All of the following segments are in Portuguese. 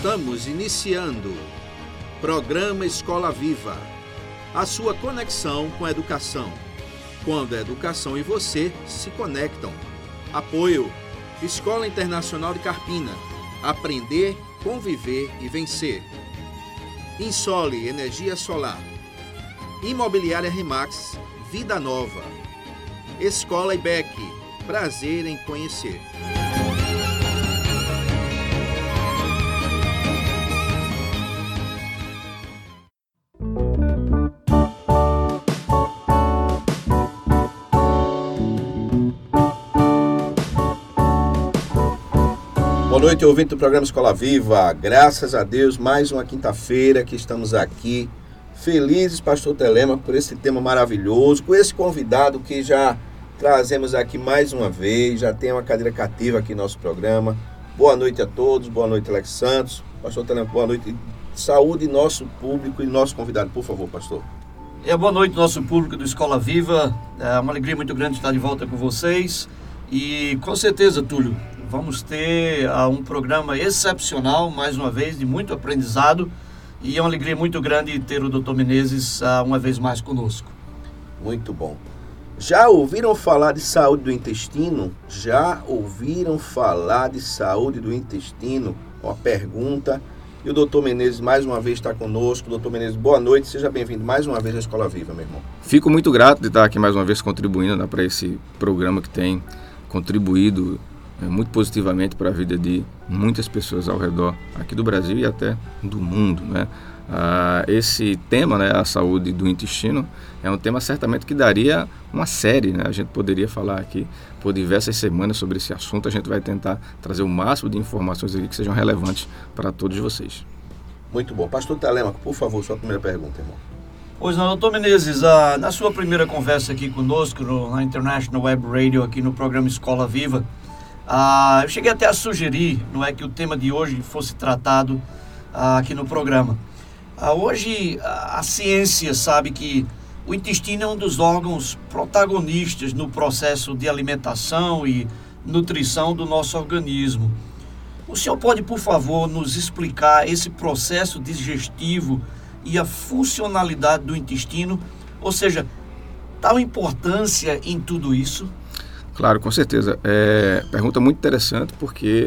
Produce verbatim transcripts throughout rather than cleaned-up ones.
Estamos iniciando Programa Escola Viva, a sua conexão com a educação, quando a educação e você se conectam. Apoio Escola Internacional de Carpina, aprender, conviver e vencer. Insole Energia Solar, Imobiliária Remax, Vida Nova. Escola I B E C, prazer em conhecer. Boa noite, ouvinte do programa Escola Viva. Graças a Deus, mais uma quinta-feira que estamos aqui. Felizes, pastor Telêmaco, por esse tema maravilhoso, com esse convidado que já trazemos aqui mais uma vez, já tem uma cadeira cativa aqui no nosso programa. Boa noite a todos, boa noite, Alex Santos. Pastor Telêmaco, boa noite. Saúde nosso público e nosso convidado, por favor, pastor. É, boa noite, nosso público do Escola Viva. É uma alegria muito grande estar de volta com vocês. E com certeza, Túlio, vamos ter uh, um programa excepcional, mais uma vez, de muito aprendizado. E é uma alegria muito grande ter o doutor Menezes uh, uma vez mais conosco. Muito bom. Já ouviram falar de saúde do intestino? Já ouviram falar de saúde do intestino? Uma pergunta. E o doutor Menezes mais uma vez está conosco. Doutor Menezes, boa noite. Seja bem-vindo mais uma vez à Escola Viva, meu irmão. Fico muito grato de estar aqui mais uma vez contribuindo, né, para esse programa que tem contribuído é, muito positivamente para a vida de muitas pessoas ao redor aqui do Brasil e até do mundo, né? Ah, esse tema, né, a saúde do intestino, é um tema certamente que daria uma série, né? A gente poderia falar aqui por diversas semanas sobre esse assunto. A gente vai tentar trazer o máximo de informações aqui que sejam relevantes para todos vocês. Muito bom. Pastor Telêmaco, por favor, sua primeira pergunta, irmão. Pois não, doutor Menezes, ah, na sua primeira conversa aqui conosco no, na International Web Radio, aqui no programa Escola Viva, ah, eu cheguei até a sugerir, não é, que o tema de hoje fosse tratado ah, aqui no programa. Ah, hoje a, a ciência sabe que o intestino é um dos órgãos protagonistas no processo de alimentação e nutrição do nosso organismo. O senhor pode, por favor, nos explicar esse processo digestivo e a funcionalidade do intestino, ou seja, tal importância em tudo isso? Claro, com certeza. É pergunta muito interessante, porque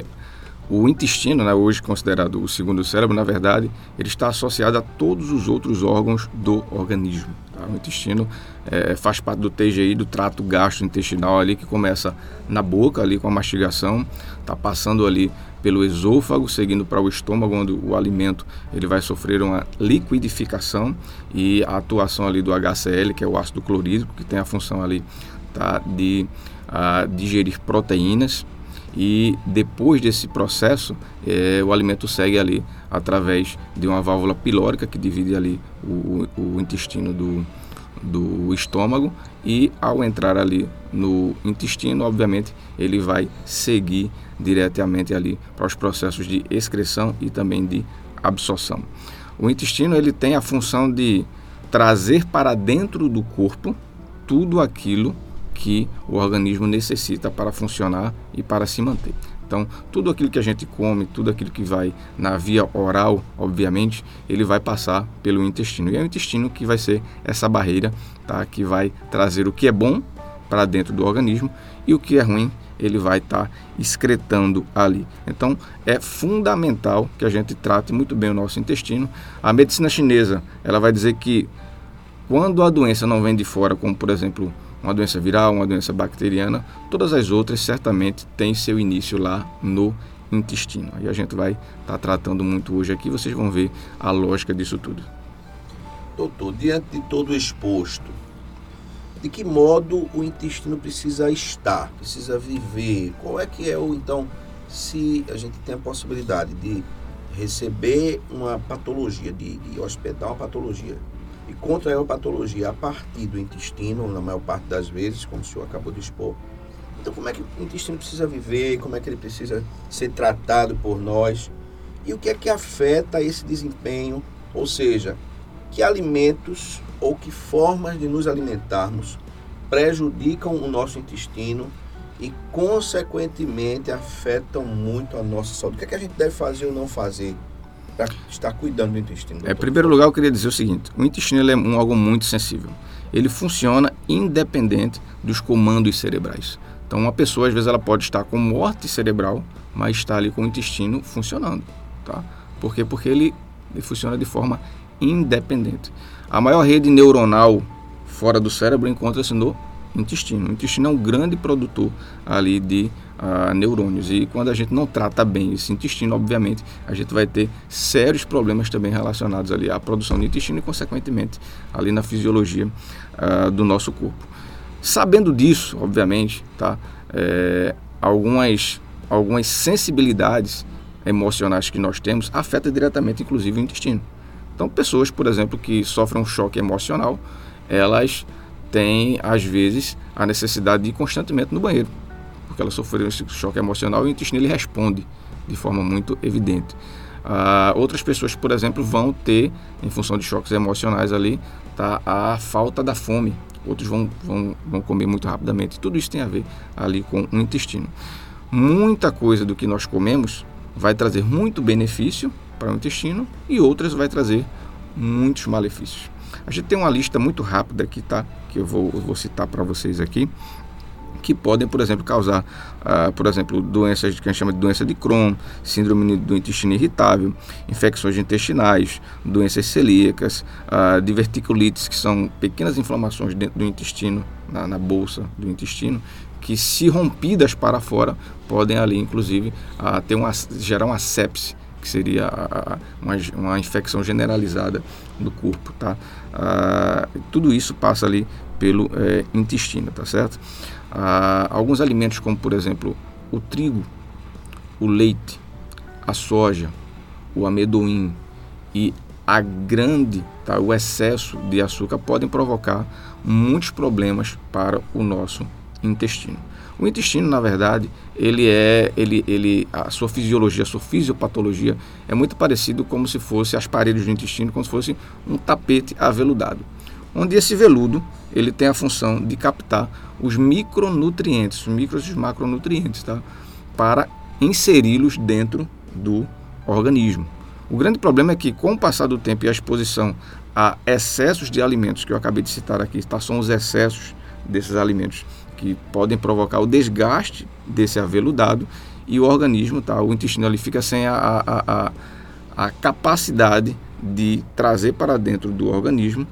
o intestino, né, hoje considerado o segundo cérebro, na verdade, ele está associado a todos os outros órgãos do organismo. Tá? O intestino é, faz parte do T G I, do trato gastrointestinal ali, que começa na boca, ali com a mastigação, está passando ali pelo esôfago, seguindo para o estômago, onde o alimento ele vai sofrer uma liquidificação e a atuação ali do H C L, que é o ácido clorídrico, que tem a função ali, tá, de uh, digerir proteínas. E depois desse processo, é, o alimento segue ali através de uma válvula pilórica que divide ali o, o intestino do, do estômago, e ao entrar ali no intestino, obviamente, ele vai seguir diretamente ali para os processos de excreção e também de absorção. O intestino ele tem a função de trazer para dentro do corpo tudo aquilo que o organismo necessita para funcionar e para se manter. Então, tudo aquilo que a gente come, tudo aquilo que vai na via oral, obviamente, ele vai passar pelo intestino. E é o intestino que vai ser essa barreira, tá, que vai trazer o que é bom para dentro do organismo e o que é ruim, ele vai estar tá excretando ali. Então, é fundamental que a gente trate muito bem o nosso intestino. A medicina chinesa, ela vai dizer que quando a doença não vem de fora, como por exemplo uma doença viral, uma doença bacteriana, todas as outras certamente têm seu início lá no intestino. Aí a gente vai estar tá tratando muito hoje aqui, vocês vão ver a lógica disso tudo. Doutor, diante de todo o exposto, de que modo o intestino precisa estar, precisa viver? Qual é que é o, então, se a gente tem a possibilidade de receber uma patologia, de, de hospedar uma patologia, e contrair a patologia a partir do intestino, na maior parte das vezes, como o senhor acabou de expor. Então, como é que o intestino precisa viver? Como é que ele precisa ser tratado por nós? E o que é que afeta esse desempenho? Ou seja, que alimentos ou que formas de nos alimentarmos prejudicam o nosso intestino e, consequentemente, afetam muito a nossa saúde? O que é que a gente deve fazer ou não fazer para estar cuidando do intestino? É, em primeiro lugar, eu queria dizer o seguinte: o intestino ele é um órgão muito sensível. Ele funciona independente dos comandos cerebrais. Então, uma pessoa, às vezes, ela pode estar com morte cerebral, mas está ali com o intestino funcionando. Tá? Por quê? Porque ele, ele funciona de forma independente. A maior rede neuronal fora do cérebro encontra-se no intestino. O intestino é um grande produtor ali de uh, neurônios, e quando a gente não trata bem esse intestino, obviamente, a gente vai ter sérios problemas também relacionados ali à produção do intestino e, consequentemente, ali na fisiologia uh, do nosso corpo. Sabendo disso, obviamente, tá, é, algumas, algumas sensibilidades emocionais que nós temos afetam diretamente, inclusive, o intestino. Então, pessoas, por exemplo, que sofrem um choque emocional, elas têm, às vezes, a necessidade de ir constantemente no banheiro, porque elas sofreram esse choque emocional e o intestino ele responde de forma muito evidente. Ah, outras pessoas, por exemplo, vão ter, em função de choques emocionais ali, tá, a falta da fome. Outros vão, vão, vão comer muito rapidamente. Tudo isso tem a ver ali com o intestino. Muita coisa do que nós comemos vai trazer muito benefício para o intestino e outras vai trazer muitos malefícios. A gente tem uma lista muito rápida aqui, tá? Que eu vou, eu vou citar para vocês aqui, que podem, por exemplo, causar, uh, por exemplo, doenças que a gente chama de doença de Crohn, síndrome do intestino irritável, infecções intestinais, doenças celíacas, uh, diverticulites, que são pequenas inflamações dentro do intestino, na, na bolsa do intestino, que, se rompidas para fora, podem ali, inclusive, uh, ter uma, gerar uma sepse, que seria uh, uma, uma infecção generalizada do corpo, tá? Uh, tudo isso passa ali pelo eh, intestino, tá certo? Ah, alguns alimentos como, por exemplo, o trigo, o leite, a soja, o amendoim e a grande, tá, o excesso de açúcar podem provocar muitos problemas para o nosso intestino. O intestino, na verdade, ele é, ele, ele, a sua fisiologia, a sua fisiopatologia é muito parecido como se fosse as paredes do intestino, como se fosse um tapete aveludado, onde esse veludo ele tem a função de captar os micronutrientes, os micros e os macronutrientes, tá? Para inseri-los dentro do organismo. O grande problema é que, com o passar do tempo e a exposição a excessos de alimentos, que eu acabei de citar aqui, tá? São os excessos desses alimentos que podem provocar o desgaste desse aveludado e o organismo, tá? O intestino ele fica sem a, a, a, a capacidade de trazer para dentro do organismo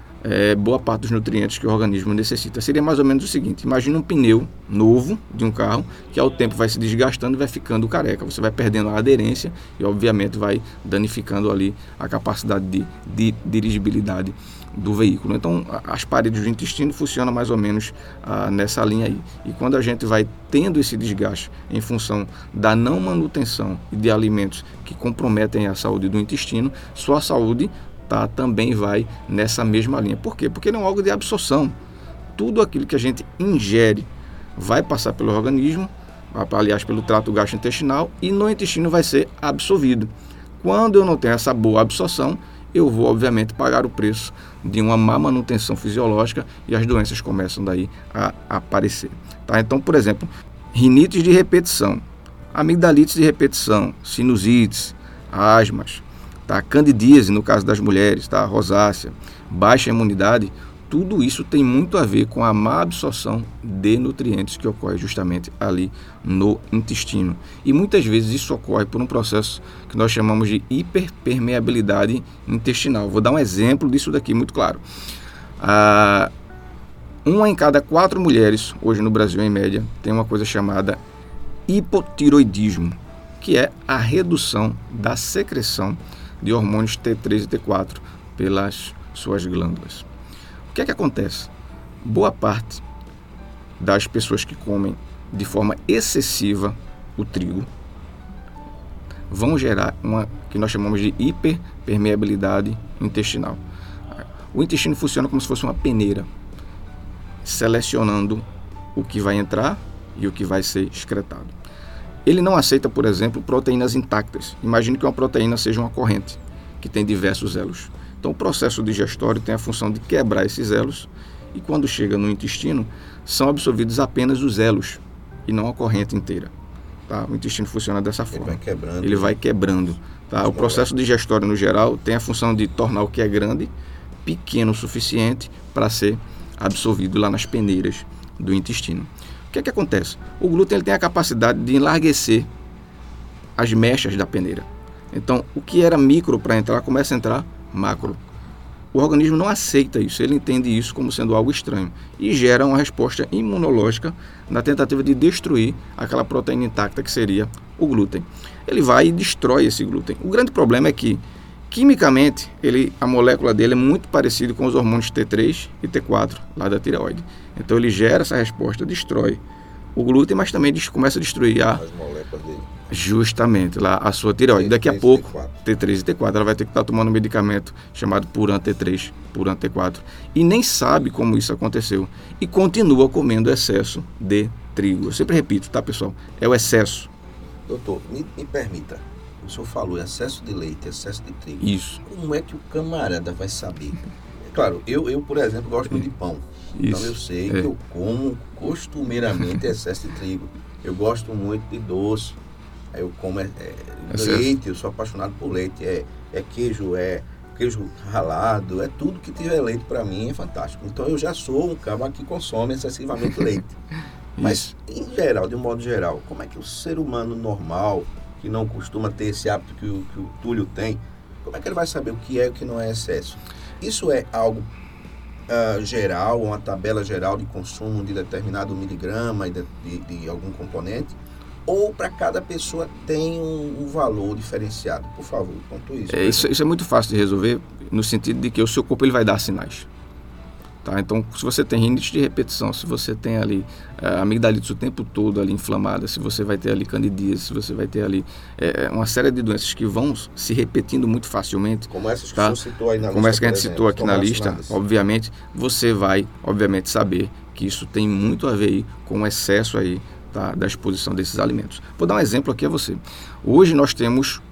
É, boa parte dos nutrientes que o organismo necessita. Seria mais ou menos o seguinte: imagina um pneu novo de um carro que ao tempo vai se desgastando e vai ficando careca, você vai perdendo a aderência e obviamente vai danificando ali a capacidade de, de dirigibilidade do veículo. Então as paredes do intestino funcionam mais ou menos ah, nessa linha aí, e quando a gente vai tendo esse desgaste em função da não manutenção de alimentos que comprometem a saúde do intestino, sua saúde Tá, também vai nessa mesma linha. Por quê? Porque ele é um órgão de absorção. Tudo aquilo que a gente ingere vai passar pelo organismo, aliás, pelo trato gastrointestinal, e no intestino vai ser absorvido. Quando eu não tenho essa boa absorção, eu vou, obviamente, pagar o preço de uma má manutenção fisiológica e as doenças começam daí a aparecer. Tá? Então, por exemplo, rinites de repetição, amigdalites de repetição, sinusites, asmas, tá? Candidíase no caso das mulheres, tá? Rosácea, baixa imunidade, tudo isso tem muito a ver com a má absorção de nutrientes que ocorre justamente ali no intestino. E muitas vezes isso ocorre por um processo que nós chamamos de hiperpermeabilidade intestinal. Vou dar um exemplo disso daqui muito claro. Ah, uma em cada quatro mulheres, hoje no Brasil em média, tem uma coisa chamada hipotiroidismo, que é a redução da secreção de hormônios T três e T quatro pelas suas glândulas. O que é que acontece? Boa parte das pessoas que comem de forma excessiva o trigo vão gerar uma que nós chamamos de hiperpermeabilidade intestinal. O intestino funciona como se fosse uma peneira, selecionando o que vai entrar e o que vai ser excretado. Ele não aceita, por exemplo, proteínas intactas. Imagine que uma proteína seja uma corrente, que tem diversos elos. Então, o processo digestório tem a função de quebrar esses elos e, quando chega no intestino, são absorvidos apenas os elos e não a corrente inteira. Tá? O intestino funciona dessa forma. Ele vai quebrando. Ele vai quebrando. Tá? O processo digestório, no geral, tem a função de tornar o que é grande pequeno o suficiente para ser absorvido lá nas peneiras do intestino. O que é que acontece? O glúten ele tem a capacidade de enlarguecer as mechas da peneira. Então, o que era micro para entrar, começa a entrar macro. O organismo não aceita isso, ele entende isso como sendo algo estranho e gera uma resposta imunológica na tentativa de destruir aquela proteína intacta que seria o glúten. Ele vai e destrói esse glúten. O grande problema é que, quimicamente, ele, a molécula dele é muito parecida com os hormônios T três e T quatro lá da tireoide. Então ele gera essa resposta, destrói o glúten, mas também começa a destruir a, as moléculas dele. Justamente, lá a sua tireoide. Daqui a pouco, T três e T quatro, ela vai ter que estar tomando um medicamento chamado Puran T três, Puran T quatro, e nem sabe como isso aconteceu. E continua comendo excesso de trigo. Eu sempre repito, tá, pessoal? É o excesso. Doutor, me, me permita. O senhor falou excesso de leite, excesso de trigo. Isso. Como é que o camarada vai saber? Claro, eu, eu por exemplo, gosto muito de pão. Isso. Então eu sei é. que eu como costumeiramente excesso de trigo. Eu gosto muito de doce. Aí eu como é, é, leite, eu sou apaixonado por leite. É, é queijo, é queijo ralado, é tudo que tiver leite para mim é fantástico. Então eu já sou um cara que consome excessivamente leite. Mas, em geral, de um modo geral, como é que o ser humano normal, que não costuma ter esse hábito que o, que o Túlio tem, como é que ele vai saber o que é e o que não é excesso? Isso é algo uh, geral, uma tabela geral de consumo de determinado miligrama e de, de, de algum componente? Ou para cada pessoa tem um, um valor diferenciado? Por favor, quanto isso. É, isso. Isso é muito fácil de resolver, no sentido de que o seu corpo ele vai dar sinais. Tá? Então, se você tem rinite de repetição, se você tem ali a amigdalite o tempo todo ali inflamada, se você vai ter ali candidíase, se você vai ter ali é, uma série de doenças que vão se repetindo muito facilmente. Como essas que tá? o senhor citou aí na lista. Como essa que a gente exemplo, citou aqui na lista, obviamente, você vai, obviamente, saber que isso tem muito a ver aí com o excesso aí, tá, da exposição desses alimentos. Vou dar um exemplo aqui a você. Hoje nós temos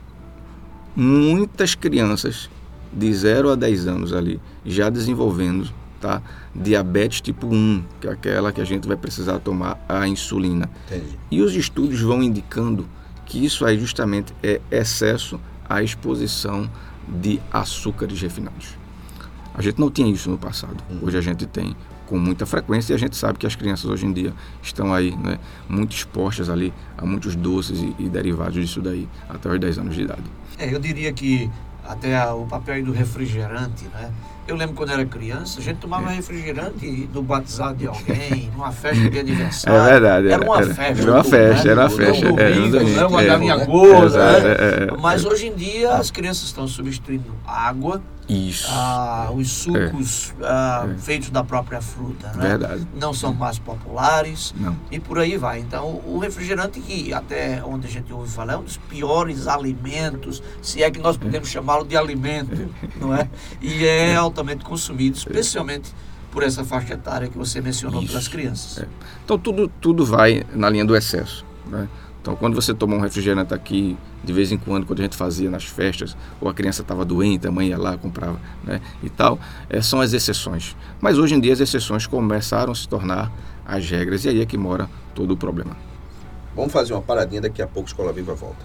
muitas crianças de zero a dez anos ali já desenvolvendo, tá, diabetes tipo um, que é aquela que a gente vai precisar tomar a insulina. Entendi. E os estudos vão indicando que isso aí justamente é excesso à exposição de açúcares refinados. A gente não tinha isso no passado. Hum. Hoje a gente tem com muita frequência e a gente sabe que as crianças hoje em dia estão aí, né, muito expostas ali a muitos doces e, e derivados disso daí até os dez anos de idade. É, eu diria que até a, o papel aí do refrigerante, né? Eu lembro quando era criança, a gente tomava refrigerante do batizado de alguém, numa festa de aniversário. É verdade. Era uma era, festa. Era uma festa, né? era uma festa. Um domingo, era um domingo, né? Uma é, galinha é, gorda. é, né? é, é, Mas hoje em dia as crianças estão substituindo água, Isso. ah, os sucos é. ah, é. feitos da própria fruta. Né? Verdade. Não são mais populares. Não. E por aí vai. Então, o refrigerante, que até onde a gente ouve falar, é um dos piores alimentos, se é que nós podemos chamá-lo de alimento, não é? E é altamente consumido, especialmente por essa faixa etária que você mencionou, Isso. pelas crianças. É. Então, tudo, tudo vai na linha do excesso, né? Então, quando você toma um refrigerante aqui, de vez em quando, quando a gente fazia nas festas, ou a criança estava doente, a mãe ia lá, comprava, né, e tal, é, são as exceções. Mas hoje em dia as exceções começaram a se tornar as regras, e aí é que mora todo o problema. Vamos fazer uma paradinha, daqui a pouco Escola Viva volta.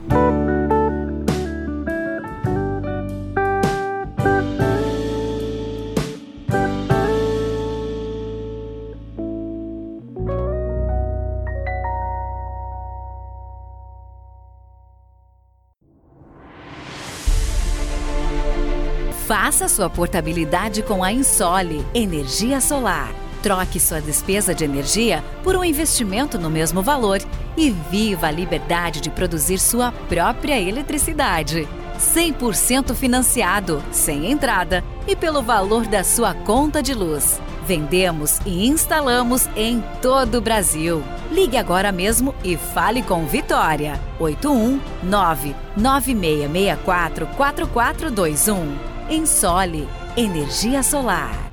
Faça sua portabilidade com a Insole Energia Solar. Troque sua despesa de energia por um investimento no mesmo valor e viva a liberdade de produzir sua própria eletricidade. cem por cento financiado, sem entrada e pelo valor da sua conta de luz. Vendemos e instalamos em todo o Brasil. Ligue agora mesmo e fale com Vitória. oito um nove nove seis seis quatro quatro quatro dois um. Insole Energia Solar.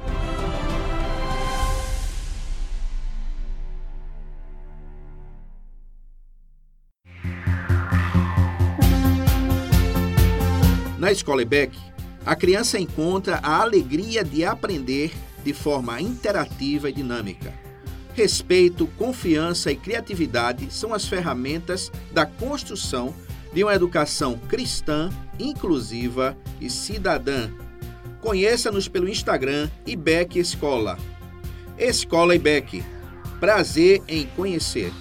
Na Escola IBEC, a criança encontra a alegria de aprender de forma interativa e dinâmica. respeito, confiança e criatividade são as ferramentas da construção de uma educação cristã, inclusiva e cidadã. Conheça-nos pelo Instagram I B E C Escola. Escola I B E C. Prazer em conhecer.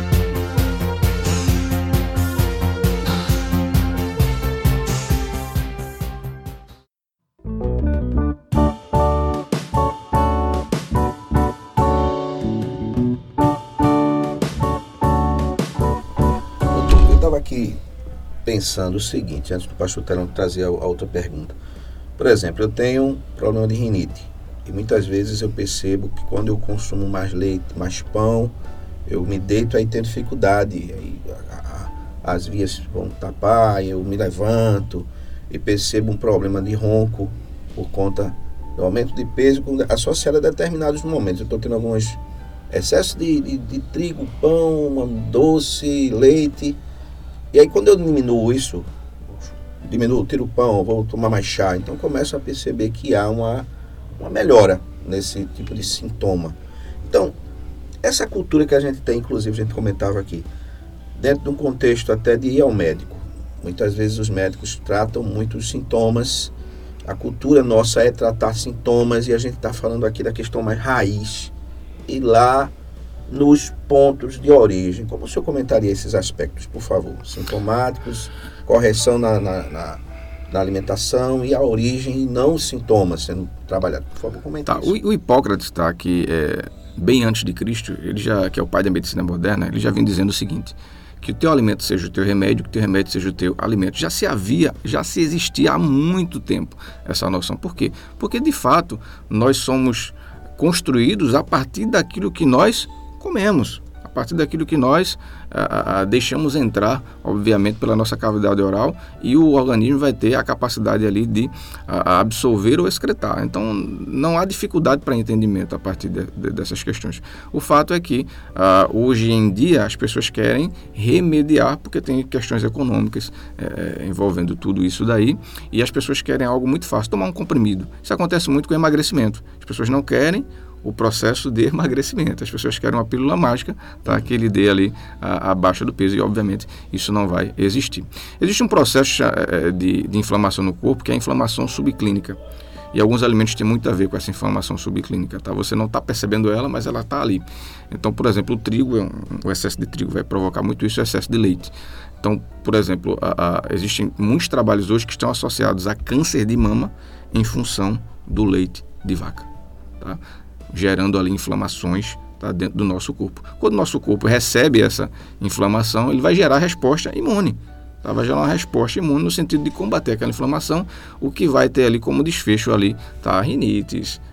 Eu estava aqui pensando o seguinte, antes do pastor Telão trazer a outra pergunta. Por exemplo, eu tenho um problema de rinite e muitas vezes eu percebo que quando eu consumo mais leite, mais pão, eu me deito aí tenho dificuldade, aí a, a, as vias vão tapar, eu me levanto e percebo um problema de ronco por conta do aumento de peso associado a determinados momentos. Eu estou tendo alguns excessos de, de, de trigo, pão, doce, leite. E aí quando eu diminuo isso, diminuo, tiro o pão, vou tomar mais chá, então começo a perceber que há uma, uma melhora nesse tipo de sintoma. Então, essa cultura que a gente tem, inclusive a gente comentava aqui, dentro de um contexto até de ir ao médico. Muitas vezes os médicos tratam muitos sintomas, a cultura nossa é tratar sintomas e a gente está falando aqui da questão mais raiz, e lá nos pontos de origem. Como o senhor comentaria esses aspectos, por favor? Sintomáticos, correção na, na, na, na alimentação e a origem e não os sintomas sendo trabalhados. Por favor, comente tá, isso. O, o Hipócrates está aqui, é, bem antes de Cristo, ele já, que é o pai da medicina moderna, ele já vem dizendo o seguinte, que o teu alimento seja o teu remédio, que o teu remédio seja o teu alimento. Já se havia, já se existia há muito tempo essa noção. Por quê? Porque, de fato, nós somos construídos a partir daquilo que nós comemos, a partir daquilo que nós a, a, deixamos entrar, obviamente, pela nossa cavidade oral, e o organismo vai ter a capacidade ali de a, a absorver ou excretar. Então, não há dificuldade para entendimento a partir de, de, dessas questões. O fato é que, a, hoje em dia, as pessoas querem remediar, porque tem questões econômicas é, envolvendo tudo isso daí, e as pessoas querem algo muito fácil, tomar um comprimido. Isso acontece muito com o emagrecimento. As pessoas não querem o processo de emagrecimento. As pessoas querem uma pílula mágica, tá, que lhe dê ali a, a baixa do peso, e obviamente isso não vai existir. Existe um processo de, de inflamação no corpo, que é a inflamação subclínica. E alguns alimentos têm muito a ver com essa inflamação subclínica, tá? Você não está percebendo ela, mas ela está ali. Então, por exemplo, o trigo, o excesso de trigo vai provocar muito isso, o excesso de leite. Então, por exemplo, a, a, existem muitos trabalhos hoje que estão associados a câncer de mama em função do leite de vaca, tá? Gerando ali inflamações, tá, dentro do nosso corpo. Quando o nosso corpo recebe essa inflamação, ele vai gerar resposta imune. Tá? Vai gerar uma resposta imune no sentido de combater aquela inflamação, o que vai ter ali como desfecho ali, tá, rinites,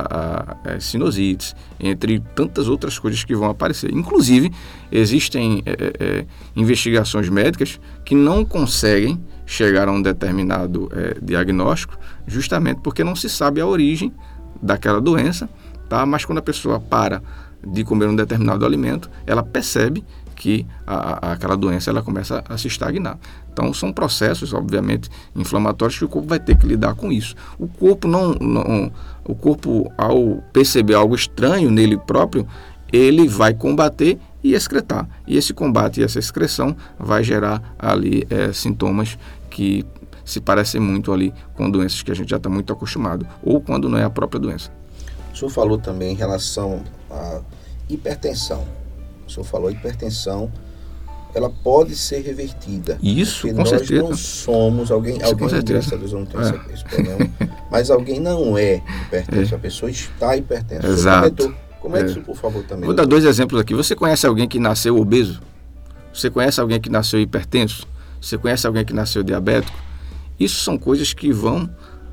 a, a, a sinosites, entre tantas outras coisas que vão aparecer. Inclusive, existem é, é, investigações médicas que não conseguem chegar a um determinado é, diagnóstico, justamente porque não se sabe a origem daquela doença. Tá? Mas quando a pessoa para de comer um determinado alimento, ela percebe que a, a, aquela doença ela começa a se estagnar. Então são processos, obviamente, inflamatórios que o corpo vai ter que lidar com isso. O corpo, não, não, o corpo ao perceber algo estranho nele próprio, ele vai combater e excretar. E esse combate e essa excreção vai gerar ali é, sintomas que se parecem muito ali com doenças que a gente já está muito acostumado, ou quando não é a própria doença. O senhor falou também em relação à hipertensão. O senhor falou hipertensão, ela pode ser revertida. Isso, com nós certeza. Nós não somos, alguém, Isso, alguém com certeza. Deus, não tem É. esse problema, mas alguém não é hipertenso, É. a pessoa está hipertensa. Exato. Comente É. isso, por favor, também. Vou dar dois exemplos aqui. Você conhece alguém que nasceu obeso? Você conhece alguém que nasceu hipertenso? Você conhece alguém que nasceu diabético? Isso são coisas que vão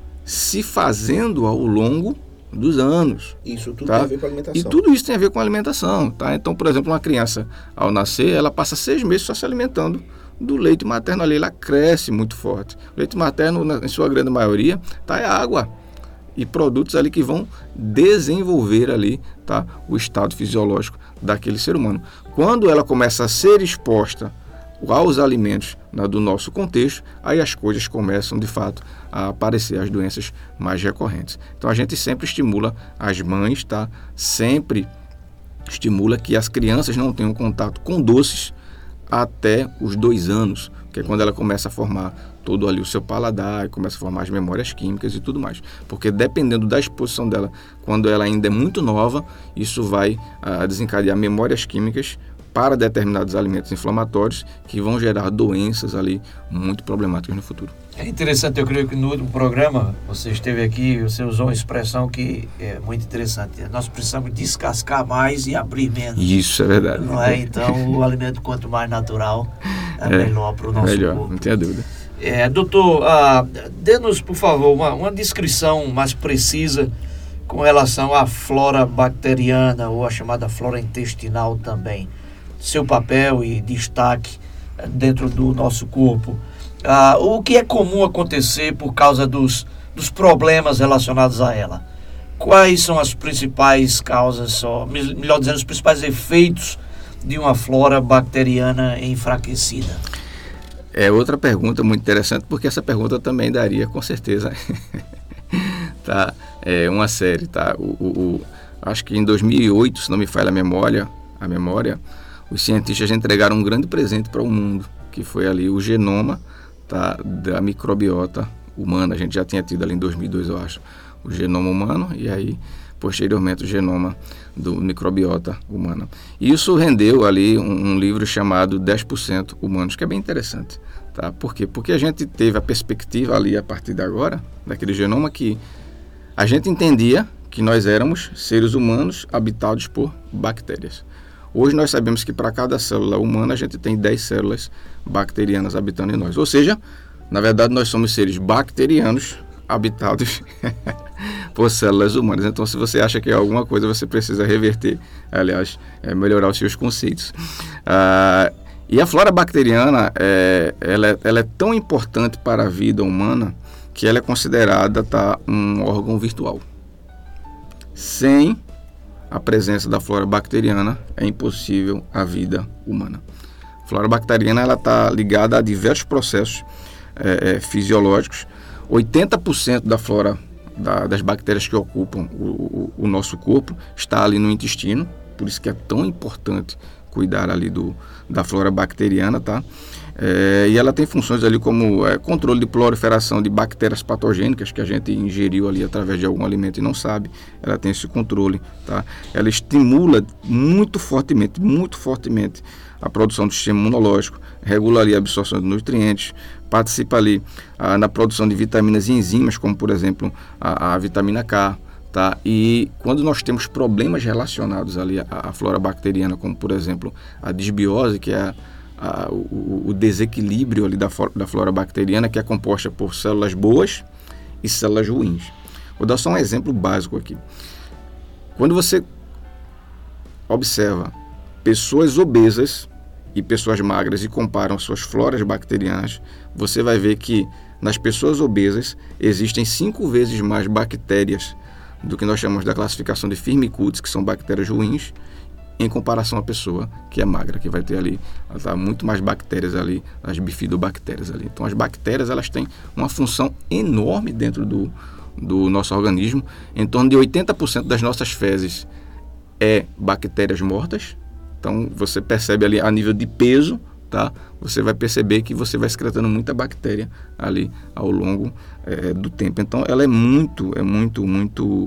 se fazendo ao longo dos anos. Isso tudo tá? tem a ver com a alimentação. E tudo isso tem a ver com a alimentação, tá? Então, por exemplo, uma criança, ao nascer, ela passa seis meses só se alimentando do leite materno ali, ela cresce muito forte. O leite materno, na, em sua grande maioria, tá, é água e produtos ali que vão desenvolver ali, tá, o estado fisiológico daquele ser humano. Quando ela começa a ser exposta aos alimentos, né, do nosso contexto, aí as coisas começam de fato a aparecer, as doenças mais recorrentes. Então a gente sempre estimula as mães, tá, sempre estimula que as crianças não tenham contato com doces até os dois anos, que é quando ela começa a formar todo ali o seu paladar, começa a formar as memórias químicas e tudo mais. Porque dependendo da exposição dela, quando ela ainda é muito nova, isso vai ah, desencadear memórias químicas para determinados alimentos inflamatórios que vão gerar doenças ali muito problemáticas no futuro. É interessante, eu creio que no último programa você esteve aqui, você usou uma expressão que é muito interessante. Nós precisamos descascar mais e abrir menos. Isso é verdade. Não é? Então, o alimento quanto mais natural é, é melhor para o nosso melhor, corpo. Não tenha dúvida. É, doutor, ah, dê-nos, por favor, uma, uma descrição mais precisa com relação à flora bacteriana ou a chamada flora intestinal também. Seu papel e destaque dentro do nosso corpo. Ah, o que é comum acontecer por causa dos, dos problemas relacionados a ela? Quais são as principais causas, só, melhor dizendo, os principais efeitos de uma flora bacteriana enfraquecida? É outra pergunta muito interessante, porque essa pergunta também daria, com certeza, tá? É uma série. Tá? O, o, o, acho que em dois mil e oito, se não me falha a memória, a memória, os cientistas entregaram um grande presente para o mundo, que foi ali o genoma, tá, da microbiota humana. A gente já tinha tido ali em dois mil e dois, eu acho, o genoma humano, e aí, posteriormente, o genoma do microbiota humana. E isso rendeu ali um, um livro chamado dez por cento Humanos, que é bem interessante. Tá? Por quê? Porque a gente teve a perspectiva ali, a partir de agora, daquele genoma, que a gente entendia que nós éramos seres humanos habitados por bactérias. Hoje nós sabemos que para cada célula humana a gente tem dez células bacterianas habitando em nós. Ou seja, na verdade nós somos seres bacterianos habitados por células humanas. Então, se você acha que é alguma coisa, você precisa reverter, aliás, é, melhorar os seus conceitos. Ah, e a flora bacteriana, é, ela, é, ela é tão importante para a vida humana que ela é considerada, tá, um órgão virtual. Sem a presença da flora bacteriana, é impossível a vida humana. A flora bacteriana está ligada a diversos processos é, fisiológicos. oitenta por cento da flora da, das bactérias que ocupam o, o, o nosso corpo está ali no intestino, por isso que é tão importante cuidar ali do, da flora bacteriana, tá? É, e ela tem funções ali como é, controle de proliferação de bactérias patogênicas que a gente ingeriu ali através de algum alimento e não sabe. Ela tem esse controle, tá? Ela estimula muito fortemente, muito fortemente a produção do sistema imunológico, regula ali a absorção de nutrientes, participa ali ah, na produção de vitaminas e enzimas, como por exemplo a, a vitamina K, tá? E quando nós temos problemas relacionados ali à, à flora bacteriana, como por exemplo a disbiose, que é a A, o, o desequilíbrio ali da, da flora bacteriana, que é composta por células boas e células ruins. Vou dar só um exemplo básico aqui. Quando você observa pessoas obesas e pessoas magras e comparam suas floras bacterianas, você vai ver que nas pessoas obesas existem cinco vezes mais bactérias do que nós chamamos da classificação de Firmicutes, que são bactérias ruins, em comparação à pessoa que é magra, que vai ter ali tá, muito mais bactérias ali, as bifidobactérias ali. Então as bactérias, elas têm uma função enorme dentro do, do nosso organismo. Em torno de oitenta por cento das nossas fezes é bactérias mortas. Então você percebe ali a nível de peso, tá? Você vai perceber que você vai excretando muita bactéria ali ao longo é, do tempo. Então ela é muito, é muito, muito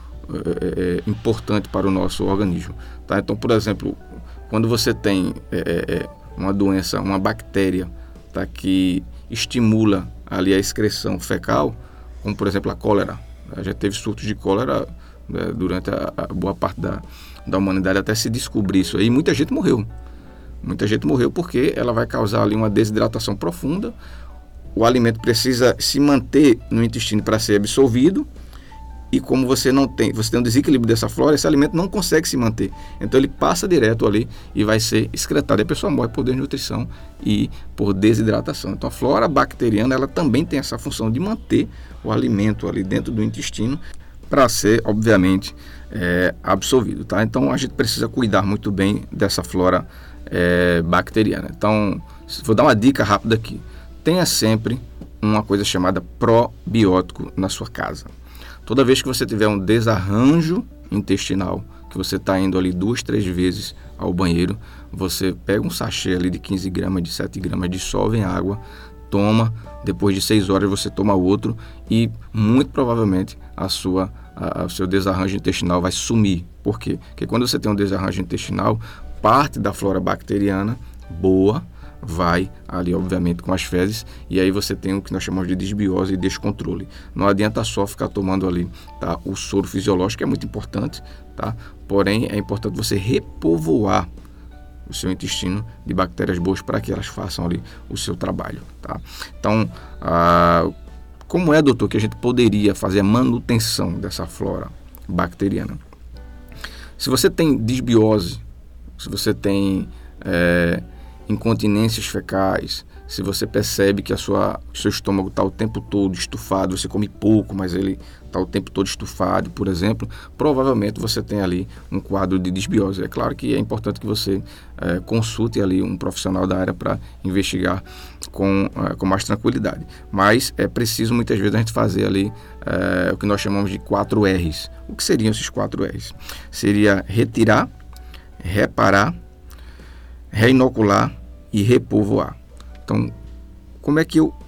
é, é, importante para o nosso organismo. Tá? Então, por exemplo, quando você tem é, uma doença, uma bactéria, tá, que estimula ali a excreção fecal, como por exemplo a cólera. Já teve surtos de cólera, né, durante a, a boa parte da, da humanidade até se descobrir isso aí. Muita gente morreu. Muita gente morreu porque ela vai causar ali uma desidratação profunda. O alimento precisa se manter no intestino para ser absorvido. E como você não tem, você tem um desequilíbrio dessa flora, esse alimento não consegue se manter. Então ele passa direto ali e vai ser excretado. E a pessoa morre por desnutrição e por desidratação. Então a flora bacteriana, ela também tem essa função de manter o alimento ali dentro do intestino para ser, obviamente, é, absorvido. Tá? Então a gente precisa cuidar muito bem dessa flora é, bacteriana. Então, vou dar uma dica rápida aqui. Tenha sempre uma coisa chamada probiótico na sua casa. Toda vez que você tiver um desarranjo intestinal, que você está indo ali duas, três vezes ao banheiro, você pega um sachê ali de quinze gramas, de sete gramas, dissolve em água, toma, depois de seis horas você toma outro e muito provavelmente a sua, a, o seu desarranjo intestinal vai sumir. Por quê? Porque quando você tem um desarranjo intestinal, parte da flora bacteriana boa vai ali, obviamente, com as fezes, e aí você tem o que nós chamamos de desbiose e descontrole. Não adianta só ficar tomando ali, tá, o soro fisiológico, que é muito importante, tá? Porém, é importante você repovoar o seu intestino de bactérias boas para que elas façam ali o seu trabalho, tá? Então, ah, como é, doutor, que a gente poderia fazer a manutenção dessa flora bacteriana? Se você tem desbiose, se você tem é, incontinências fecais, se você percebe que a sua, o seu estômago está o tempo todo estufado, você come pouco, mas ele está o tempo todo estufado, por exemplo, provavelmente você tem ali um quadro de desbiose. É claro que é importante que você é, consulte ali um profissional da área para investigar com, é, com mais tranquilidade. Mas é preciso muitas vezes a gente fazer ali é, o que nós chamamos de quatro R's. O que seriam esses quatro R's? Seria retirar, reparar, reinocular e repovoar. Então, como é que eu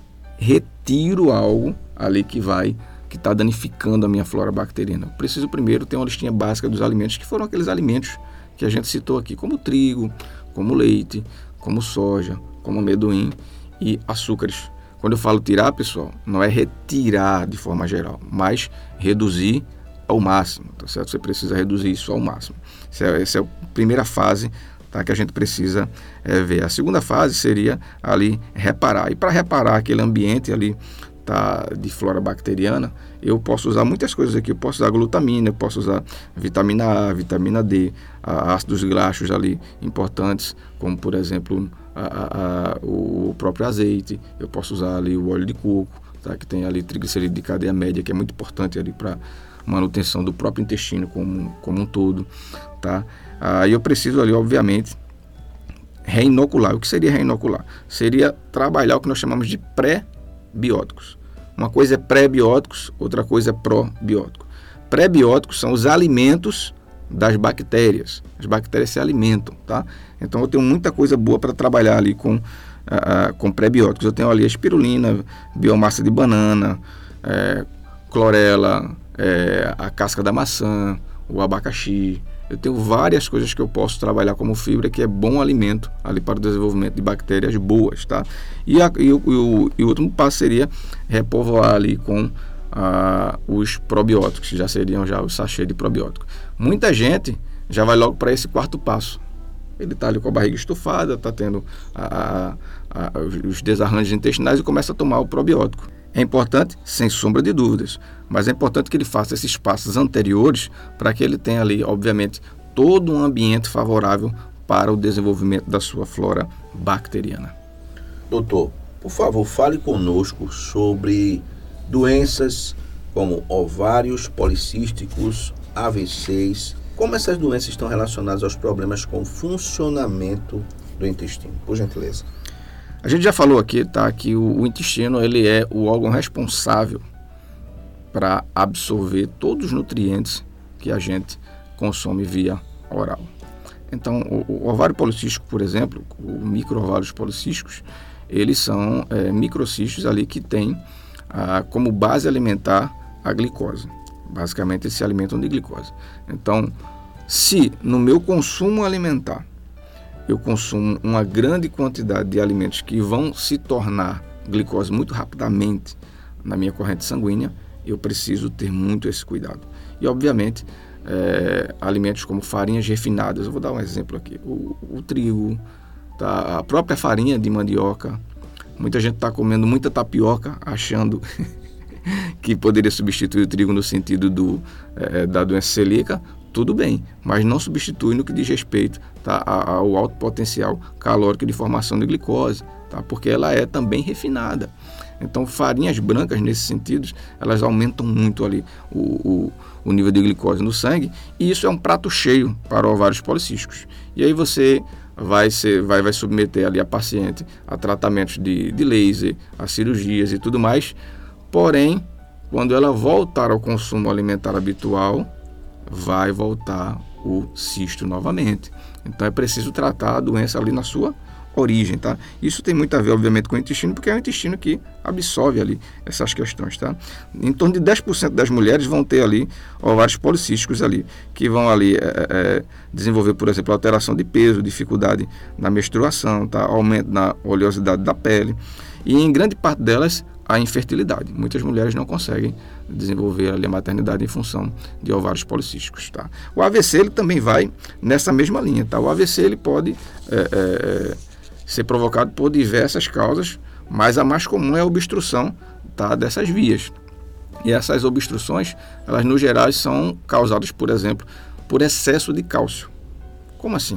retiro algo ali que vai, que está danificando a minha flora bacteriana? Eu preciso primeiro ter uma listinha básica dos alimentos, que foram aqueles alimentos que a gente citou aqui, como trigo, como leite, como soja, como amendoim e açúcares. Quando eu falo tirar, pessoal, não é retirar de forma geral, mas reduzir ao máximo, tá certo? Você precisa reduzir isso ao máximo. Essa é, essa é a primeira fase, tá, que a gente precisa é, ver. A segunda fase seria ali reparar. E para reparar aquele ambiente ali, tá, de flora bacteriana, eu posso usar muitas coisas aqui. Eu posso usar glutamina, eu posso usar vitamina A, vitamina D, ácidos graxos ali importantes, como por exemplo a, a, a, o próprio azeite. Eu posso usar ali o óleo de coco, tá, que tem ali triglicerídeo de cadeia média, que é muito importante ali para manutenção do próprio intestino como, como um todo, tá? Aí eu preciso ali, obviamente, reinocular. O que seria reinocular? Seria trabalhar o que nós chamamos de pré-bióticos. Uma coisa é pré-bióticos, outra coisa é pró-biótico. Pré-bióticos são os alimentos das bactérias. As bactérias se alimentam, tá? Então eu tenho muita coisa boa para trabalhar ali com, uh, com pré-bióticos. Eu tenho ali a espirulina, biomassa de banana, é, clorela, é, a casca da maçã, o abacaxi. Eu tenho várias coisas que eu posso trabalhar como fibra, que é bom alimento ali para o desenvolvimento de bactérias boas, tá? E, a, e, o, e, o, e o último passo seria repovoar ali com ah, os probióticos, que já seriam já o sachê de probiótico. Muita gente já vai logo para esse quarto passo. Ele está ali com a barriga estufada, está tendo a, a, a, os desarranjos intestinais e começa a tomar o probiótico. É importante, sem sombra de dúvidas, mas é importante que ele faça esses passos anteriores para que ele tenha ali, obviamente, todo um ambiente favorável para o desenvolvimento da sua flora bacteriana. Doutor, por favor, fale conosco sobre doenças como ovários policísticos, A V Cs, como essas doenças estão relacionadas aos problemas com o funcionamento do intestino, por gentileza. A gente já falou aqui, tá, que o, o intestino ele é o órgão responsável para absorver todos os nutrientes que a gente consome via oral. Então, o, o ovário policístico, por exemplo, os microovários policísticos, eles são é, microcistos ali que têm ah, como base alimentar a glicose. Basicamente, eles se alimentam de glicose. Então, se no meu consumo alimentar eu consumo uma grande quantidade de alimentos que vão se tornar glicose muito rapidamente na minha corrente sanguínea, eu preciso ter muito esse cuidado. E, obviamente, é, alimentos como farinhas refinadas, eu vou dar um exemplo aqui, o, o trigo, tá? A própria farinha de mandioca. Muita gente está comendo muita tapioca, achando que poderia substituir o trigo no sentido do, é, da doença celíaca. Tudo bem, mas não substitui no que diz respeito, tá, ao alto potencial calórico de formação de glicose, tá, porque ela é também refinada. Então, farinhas brancas, nesse sentido, elas aumentam muito ali o, o, o nível de glicose no sangue, e isso é um prato cheio para ovários policísticos. E aí você vai, ser, vai, vai submeter ali a paciente a tratamentos de, de laser, a cirurgias e tudo mais, porém, quando ela voltar ao consumo alimentar habitual, vai voltar o cisto novamente. Então é preciso tratar a doença ali na sua origem, tá? Isso tem muito a ver, obviamente, com o intestino, porque é o intestino que absorve ali essas questões, tá? Em torno de dez por cento das mulheres vão ter ali ovários policísticos ali, que vão ali é, é, desenvolver, por exemplo, alteração de peso, dificuldade na menstruação, tá? Aumento na oleosidade da pele, e em grande parte delas a infertilidade. Muitas mulheres não conseguem desenvolver ali a maternidade em função de ovários policísticos, tá? O A V C ele também vai nessa mesma linha, tá? O A V C ele pode é, é, ser provocado por diversas causas, mas a mais comum é a obstrução, tá, dessas vias. E essas obstruções, elas no geral são causadas, por exemplo, por excesso de cálcio. Como assim?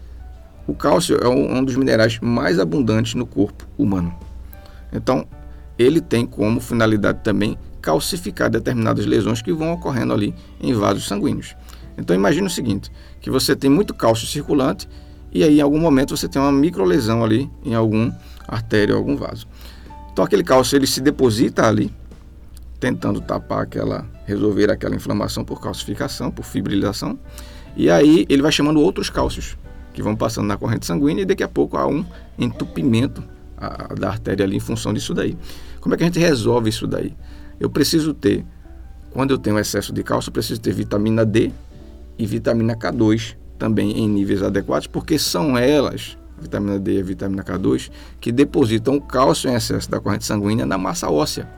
O cálcio é um, um dos minerais mais abundantes no corpo humano. Então, ele tem como finalidade também calcificar determinadas lesões que vão ocorrendo ali em vasos sanguíneos. Então imagine o seguinte, que você tem muito cálcio circulante e aí em algum momento você tem uma microlesão ali em algum artéria ou algum vaso. Então aquele cálcio ele se deposita ali, tentando tapar aquela, resolver aquela inflamação por calcificação, por fibrilização, e aí ele vai chamando outros cálcios que vão passando na corrente sanguínea e daqui a pouco há um entupimento a, da artéria ali em função disso daí. Como é que a gente resolve isso daí? Eu preciso ter, quando eu tenho excesso de cálcio, eu preciso ter vitamina D e vitamina K dois também em níveis adequados, porque são elas, vitamina D e vitamina K dois, que depositam o cálcio em excesso da corrente sanguínea na massa óssea.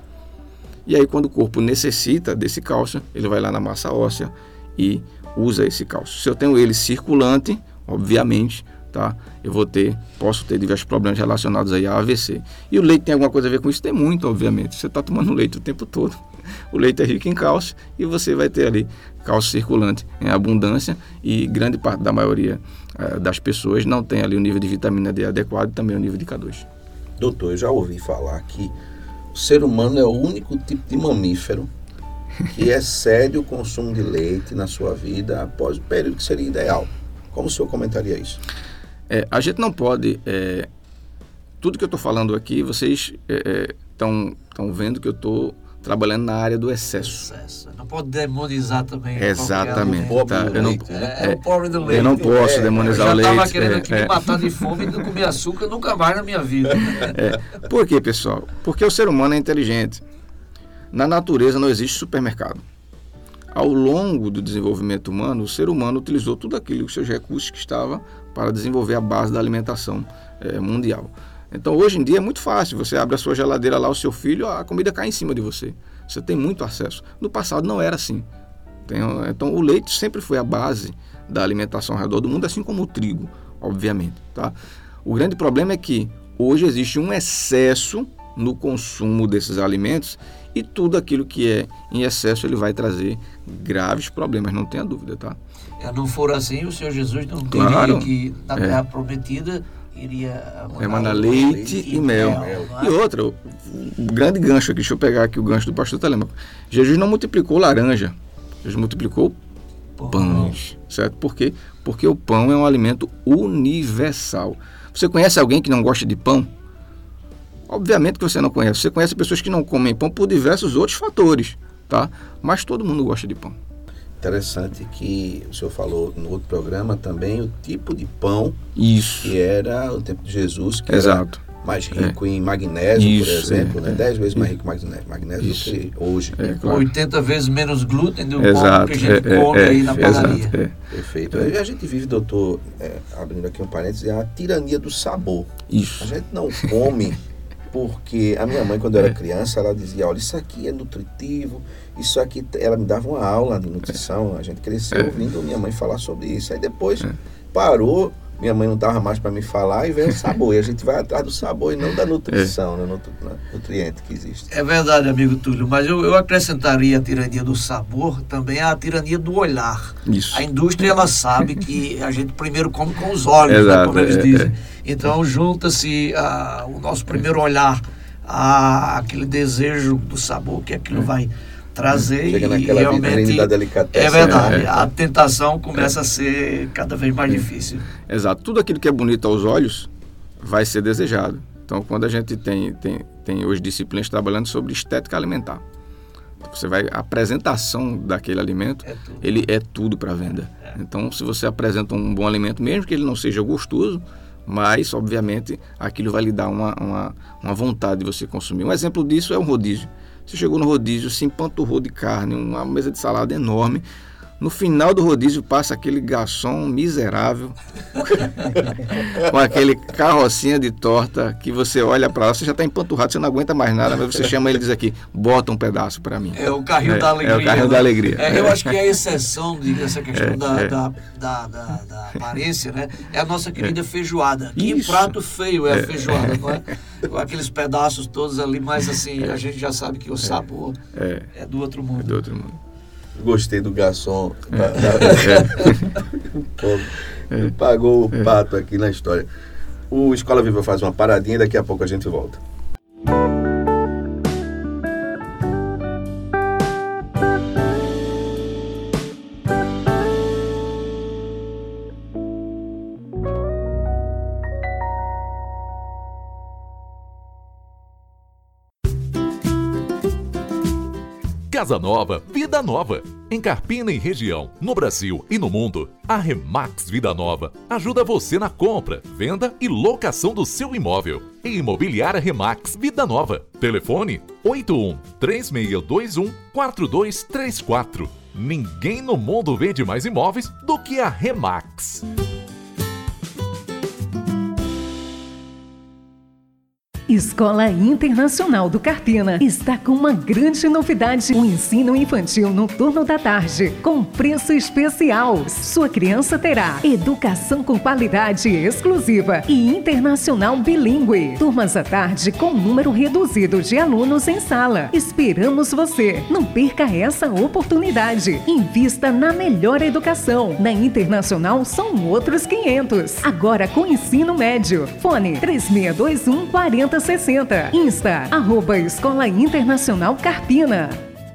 E aí quando o corpo necessita desse cálcio, ele vai lá na massa óssea e usa esse cálcio. Se eu tenho ele circulante, obviamente, tá? Eu vou ter, posso ter diversos problemas relacionados aí a A V C. E o leite tem alguma coisa a ver com isso? Tem muito, obviamente. Você está tomando leite o tempo todo. O leite é rico em cálcio e você vai ter ali cálcio circulante em abundância e grande parte da maioria uh, das pessoas não tem ali o nível de vitamina D adequado e também o nível de K dois. Doutor, eu já ouvi falar que o ser humano é o único tipo de mamífero que excede o consumo de leite na sua vida após o período que seria ideal. Como o senhor comentaria isso? É, a gente não pode... É, tudo que eu estou falando aqui, vocês estão é, vendo que eu estou trabalhando na área do excesso. excesso. Não pode demonizar também. Exatamente. Tá? Eu não, é, é, é o pobre do leite. Eu não posso é, demonizar o leite. Eu já estava querendo aqui é, me matar de fome e não comer açúcar nunca mais na minha vida. É. Por quê, pessoal? Porque o ser humano é inteligente. Na natureza não existe supermercado. Ao longo do desenvolvimento humano, o ser humano utilizou tudo aquilo, os seus recursos que estava para desenvolver a base da alimentação é, mundial. Então, hoje em dia é muito fácil. Você abre a sua geladeira lá, o seu filho, a comida cai em cima de você. Você tem muito acesso. No passado não era assim. Tem, então, o leite sempre foi a base da alimentação ao redor do mundo, assim como o trigo, obviamente. Tá? O grande problema é que hoje existe um excesso no consumo desses alimentos e tudo aquilo que é em excesso ele vai trazer graves problemas, não tenha dúvida, tá? Se não for assim, o Senhor Jesus não claro, teria que, na terra é. prometida, iria mandar leite, leite e, e mel. mel e outra, o, o grande gancho aqui, deixa eu pegar aqui o gancho do pastor Telêmaco. Jesus não multiplicou laranja, Jesus multiplicou pão. pães, certo? Por quê? Porque o pão é um alimento universal. Você conhece alguém que não gosta de pão? Obviamente que você não conhece. Você conhece pessoas que não comem pão por diversos outros fatores, tá? Mas todo mundo gosta de pão. Interessante que o senhor falou no outro programa também o tipo de pão Isso. que era o tempo de Jesus, que Exato. era mais rico é. em magnésio, Isso, por exemplo, é, né? é, dez vezes é, mais rico em magnésio isso. do que hoje. É, claro. oitenta vezes menos glúten do exato, pão que a gente é, come é, aí na padaria. Exato, é. Perfeito. É. A gente vive, doutor, é, abrindo aqui um parênteses, a tirania do sabor. Isso. A gente não come... Porque a minha mãe, quando eu era criança, ela dizia, olha, isso aqui é nutritivo, isso aqui... Ela me dava uma aula de nutrição, a gente cresceu é. ouvindo minha mãe falar sobre isso. Aí depois é. parou, minha mãe não estava mais para me falar e veio o sabor. E a gente vai atrás do sabor e não da nutrição, é. né, nutri, nutriente que existe. É verdade, amigo Túlio, mas eu, eu acrescentaria a tirania do sabor também a tirania do olhar. Isso. A indústria, ela sabe que a gente primeiro come com os olhos, Exato, né, como eles é, dizem. É. Então, junta-se a, o nosso primeiro olhar a aquele desejo do sabor que aquilo vai trazer. Chega e naquela realmente da delicadeza. É verdade, é, é. a tentação começa é. a ser cada vez mais é. difícil. Exato, tudo aquilo que é bonito aos olhos vai ser desejado. Então, quando a gente tem, tem, tem hoje disciplinas trabalhando sobre estética alimentar, Você vai, a apresentação daquele alimento, É tudo. ele é tudo para venda. É. Então, se você apresenta um bom alimento, mesmo que ele não seja gostoso, mas, obviamente, aquilo vai lhe dar uma, uma, uma vontade de você consumir. Um exemplo disso é o rodízio. Você chegou no rodízio, se empanturrou de carne, uma mesa de salada enorme. No final do rodízio passa aquele garçom miserável com aquele carrocinha de torta que você olha para lá, você já está empanturrado, você não aguenta mais nada, mas você chama ele e diz aqui, bota um pedaço para mim. É o carrinho é, da alegria. É o carrinho né? da alegria. É, eu acho que a exceção dessa questão É, da, é. Da, da, da, da aparência, né? É a nossa querida feijoada. Que Isso. prato feio é a feijoada, não é? Com aqueles pedaços todos ali, mas assim, a gente já sabe que o sabor É, é do outro mundo. é do outro mundo. Gostei do garçom. Da, da... Pô, pagou o pato aqui na história. O Escola Viva faz uma paradinha e daqui a pouco a gente volta. Casa nova, vida nova. Em Carpina e região, no Brasil e no mundo, a Remax Vida Nova ajuda você na compra, venda e locação do seu imóvel. Imobiliária Remax Vida Nova. Telefone oito um, três seis dois um, quatro dois três quatro. Ninguém no mundo vende mais imóveis do que a Remax. Escola Internacional do Carpina está com uma grande novidade: o ensino infantil no turno da tarde, com preço especial. Sua criança terá educação com qualidade exclusiva e internacional bilíngue. Turmas à tarde com número reduzido de alunos em sala. Esperamos você. Não perca essa oportunidade. Invista na melhor educação. Na Internacional são outros quinhentos. Agora com ensino médio. Fone três seis dois um, quatro zero sessenta. Insta, arroba Escola Internacional Carpina.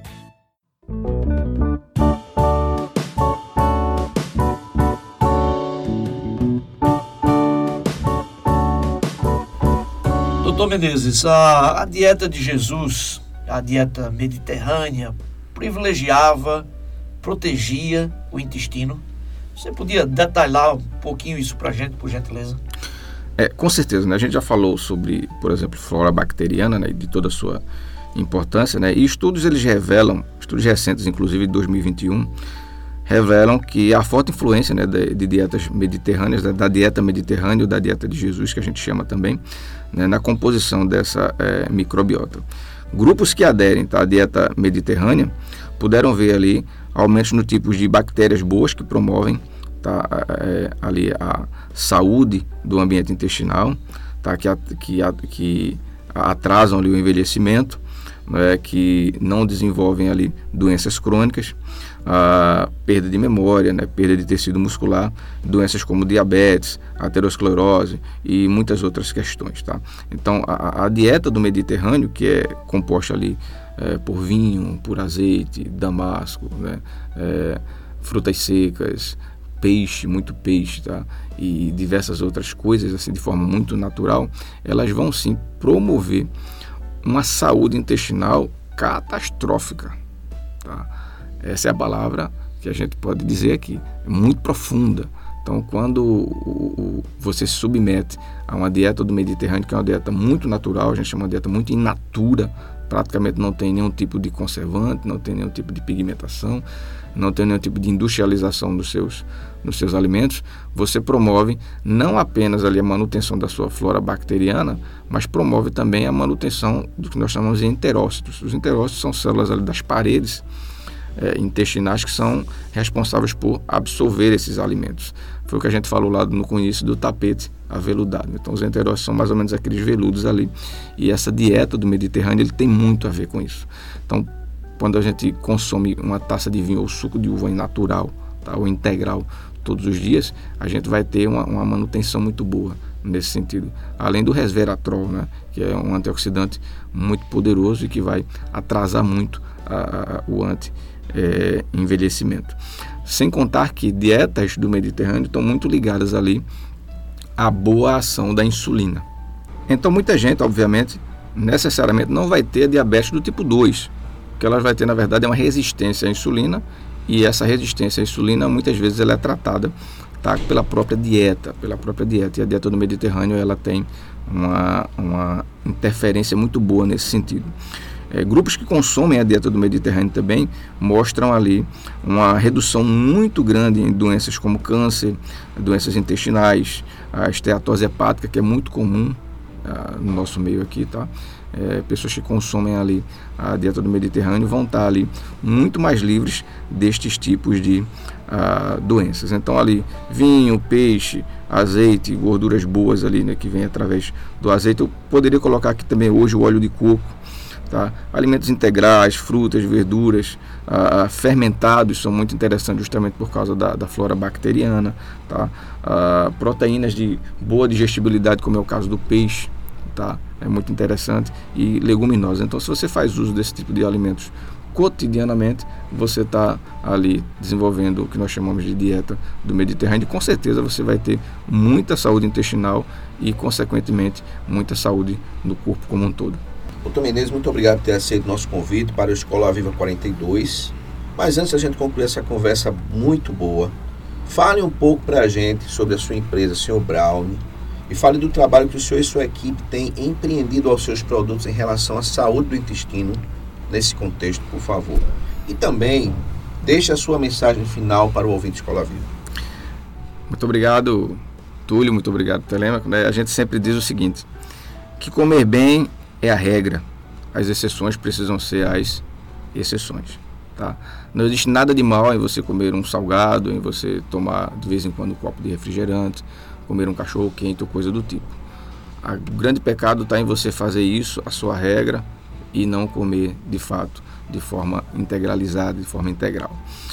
Doutor Menezes, a, a dieta de Jesus, a dieta mediterrânea, privilegiava, protegia o intestino. Você podia detalhar um pouquinho isso para a gente, por gentileza? É, com certeza, né? A gente já falou sobre, por exemplo, flora bacteriana, né? De toda a sua importância, né? E estudos eles revelam, estudos recentes, inclusive de dois mil e vinte e um, revelam que a forte influência, né, de, de dietas mediterrâneas, da, da dieta mediterrânea ou da dieta de Jesus, que a gente chama também, né, na composição dessa é, microbiota. Grupos que aderem, tá, à dieta mediterrânea puderam ver ali aumentos no tipo de bactérias boas que promovem, tá, é, ali a saúde do ambiente intestinal, tá, que, que, que atrasam ali o envelhecimento, né, que não desenvolvem ali doenças crônicas, a perda de memória, né, perda de tecido muscular, doenças como diabetes, aterosclerose e muitas outras questões, tá? Então a, a dieta do Mediterrâneo, que é composta ali é, por vinho, por azeite, damasco, né, é, frutas secas, peixe, muito peixe, tá? E diversas outras coisas assim de forma muito natural, elas vão sim promover uma saúde intestinal catastrófica, tá? Essa é a palavra que a gente pode dizer aqui, é muito profunda. Então, quando o, o, você se submete a uma dieta do Mediterrâneo, que é uma dieta muito natural, a gente chama de dieta muito in natura, praticamente não tem nenhum tipo de conservante, não tem nenhum tipo de pigmentação, não tem nenhum tipo de industrialização nos seus, nos seus alimentos, você promove não apenas ali a manutenção da sua flora bacteriana, mas promove também a manutenção do que nós chamamos de enterócitos. Os enterócitos são células ali das paredes é, intestinais que são responsáveis por absorver esses alimentos. Foi o que a gente falou lá no início do tapete aveludado. Então os enterócitos são mais ou menos aqueles veludos ali. E essa dieta do Mediterrâneo ele tem muito a ver com isso. Então, quando a gente consome uma taça de vinho ou suco de uva in natural, tá, ou integral todos os dias, a gente vai ter uma, uma manutenção muito boa nesse sentido. Além do resveratrol, né, que é um antioxidante muito poderoso e que vai atrasar muito a, a, o anti-envelhecimento. Sem contar que dietas do Mediterrâneo estão muito ligadas ali à boa ação da insulina. Então muita gente, obviamente, necessariamente não vai ter diabetes do tipo dois, O que ela vai ter, na verdade, é uma resistência à insulina, e essa resistência à insulina, muitas vezes, ela é tratada, tá, pela própria dieta, pela própria dieta. E a dieta do Mediterrâneo, ela tem uma, uma interferência muito boa nesse sentido. É, grupos que consomem a dieta do Mediterrâneo também mostram ali uma redução muito grande em doenças como câncer, doenças intestinais, a esteatose hepática, que é muito comum ah, no nosso meio aqui, tá? É, pessoas que consomem ali a dieta do Mediterrâneo vão estar ali muito mais livres destes tipos de ah, doenças. Então ali vinho, peixe, azeite, gorduras boas ali, né, que vem através do azeite. Eu poderia colocar aqui também hoje o óleo de coco, tá? Alimentos integrais, frutas, verduras, ah, fermentados são muito interessantes justamente por causa da, da flora bacteriana, tá? Ah, proteínas de boa digestibilidade, como é o caso do peixe, tá? É muito interessante, e leguminosas. Então, se você faz uso desse tipo de alimentos cotidianamente, você está ali desenvolvendo o que nós chamamos de dieta do Mediterrâneo, e com certeza você vai ter muita saúde intestinal e, consequentemente, muita saúde no corpo como um todo. Doutor Menezes, muito obrigado por ter aceito nosso convite para o Escola Viva quarenta e dois. Mas antes da gente concluir essa conversa muito boa, fale um pouco para a gente sobre a sua empresa, senhor Brownie, e fale do trabalho que o senhor e sua equipe têm empreendido aos seus produtos em relação à saúde do intestino nesse contexto, por favor. E também deixe a sua mensagem final para o ouvinte Escola Viva. Muito obrigado, Túlio, muito obrigado, Telêmaco. A gente sempre diz o seguinte, que comer bem é a regra, as exceções precisam ser as exceções, tá? Não existe nada de mal em você comer um salgado, em você tomar de vez em quando um copo de refrigerante, comer um cachorro quente ou coisa do tipo. O grande pecado está em você fazer isso a sua regra e não comer de fato de forma integralizada, de forma integral.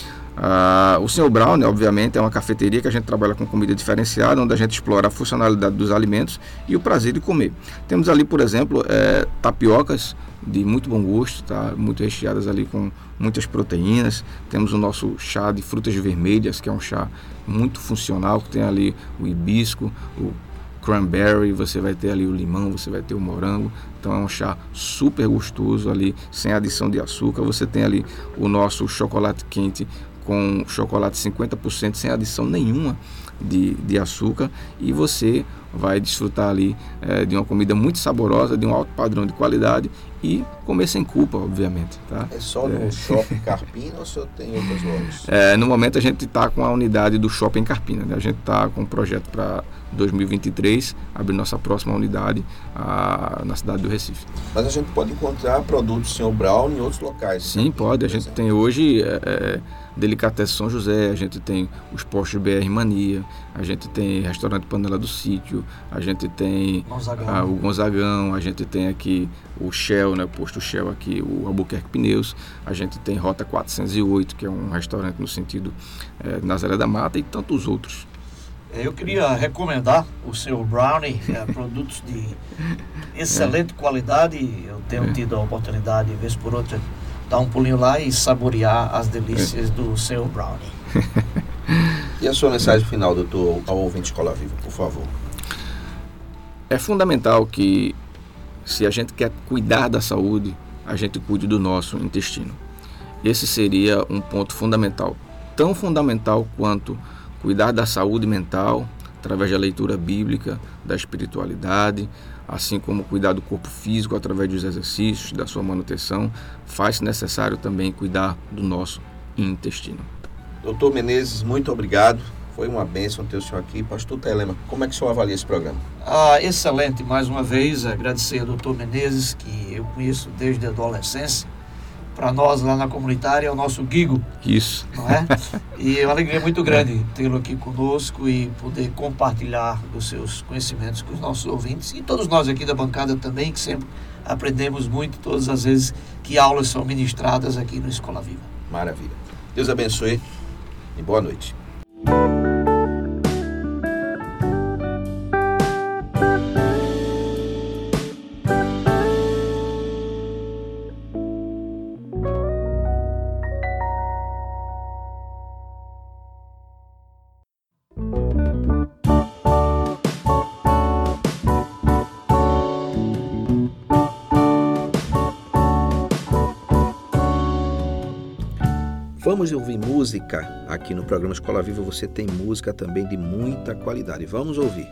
Ah, o senhor Brownie, obviamente, é uma cafeteria que a gente trabalha com comida diferenciada, onde a gente explora a funcionalidade dos alimentos e o prazer de comer. Temos ali, por exemplo, é, tapiocas de muito bom gosto, tá? Muito recheadas ali com muitas proteínas. Temos o nosso chá de frutas vermelhas, que é um chá muito funcional, que tem ali o hibisco, o cranberry, você vai ter ali o limão, você vai ter o morango. Então é um chá super gostoso ali, sem adição de açúcar. Você tem ali o nosso chocolate quente com chocolate cinquenta por cento sem adição nenhuma de, de açúcar, e você vai desfrutar ali é, de uma comida muito saborosa, de um alto padrão de qualidade, e comer sem culpa, obviamente, tá? É só no é. Shopping Carpina ou só tem outras lojas? É, no momento a gente está com a unidade do Shopping Carpina, né? A gente está com um projeto para dois mil e vinte e três, abrir nossa próxima unidade a, na cidade do Recife. Mas a gente pode encontrar produtos do senhor Brown em outros locais? Sim, né? Pode. A gente exemplo. tem hoje é, é, Delicatessen São José, a gente tem os postos B R Mania, a gente tem restaurante Panela do Sítio, a gente tem Gonzagão. A, o Gonzagão, a gente tem aqui o Shell, né, o posto Shell aqui, o Albuquerque Pneus, a gente tem Rota quatrocentos e oito, que é um restaurante no sentido é, Nazaré da Mata, e tantos outros. Eu queria recomendar o senhor Brownie, é, produtos de excelente é. qualidade. Eu tenho é. tido a oportunidade, de vez por outra, dar um pulinho lá e saborear as delícias é. do senhor Brownie. E a sua mensagem final, doutor, ao ouvinte Escola Viva, por favor? É fundamental que, se a gente quer cuidar da saúde, a gente cuide do nosso intestino. Esse seria um ponto fundamental, tão fundamental quanto cuidar da saúde mental, através da leitura bíblica, da espiritualidade, assim como cuidar do corpo físico através dos exercícios, da sua manutenção, faz-se necessário também cuidar do nosso intestino. Doutor Menezes, muito obrigado. Foi uma bênção ter o senhor aqui. Pastor Telêmaco, como é que o senhor avalia esse programa? Ah, excelente. Mais uma vez, agradecer ao doutor Menezes, que eu conheço desde a adolescência. Para nós lá na comunitária é o nosso Guigo. Isso. Não é? E é uma alegria muito grande tê-lo aqui conosco e poder compartilhar os seus conhecimentos com os nossos ouvintes e todos nós aqui da bancada também, que sempre aprendemos muito todas as vezes que aulas são ministradas aqui no Escola Viva. Maravilha. Deus abençoe e boa noite. Vamos ouvir música. Aqui no programa Escola Viva você tem música também de muita qualidade. Vamos ouvir.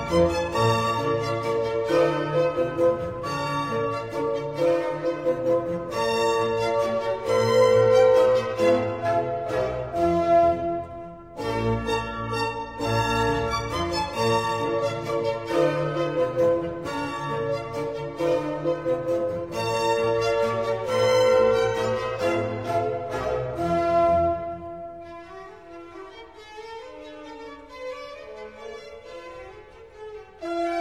Música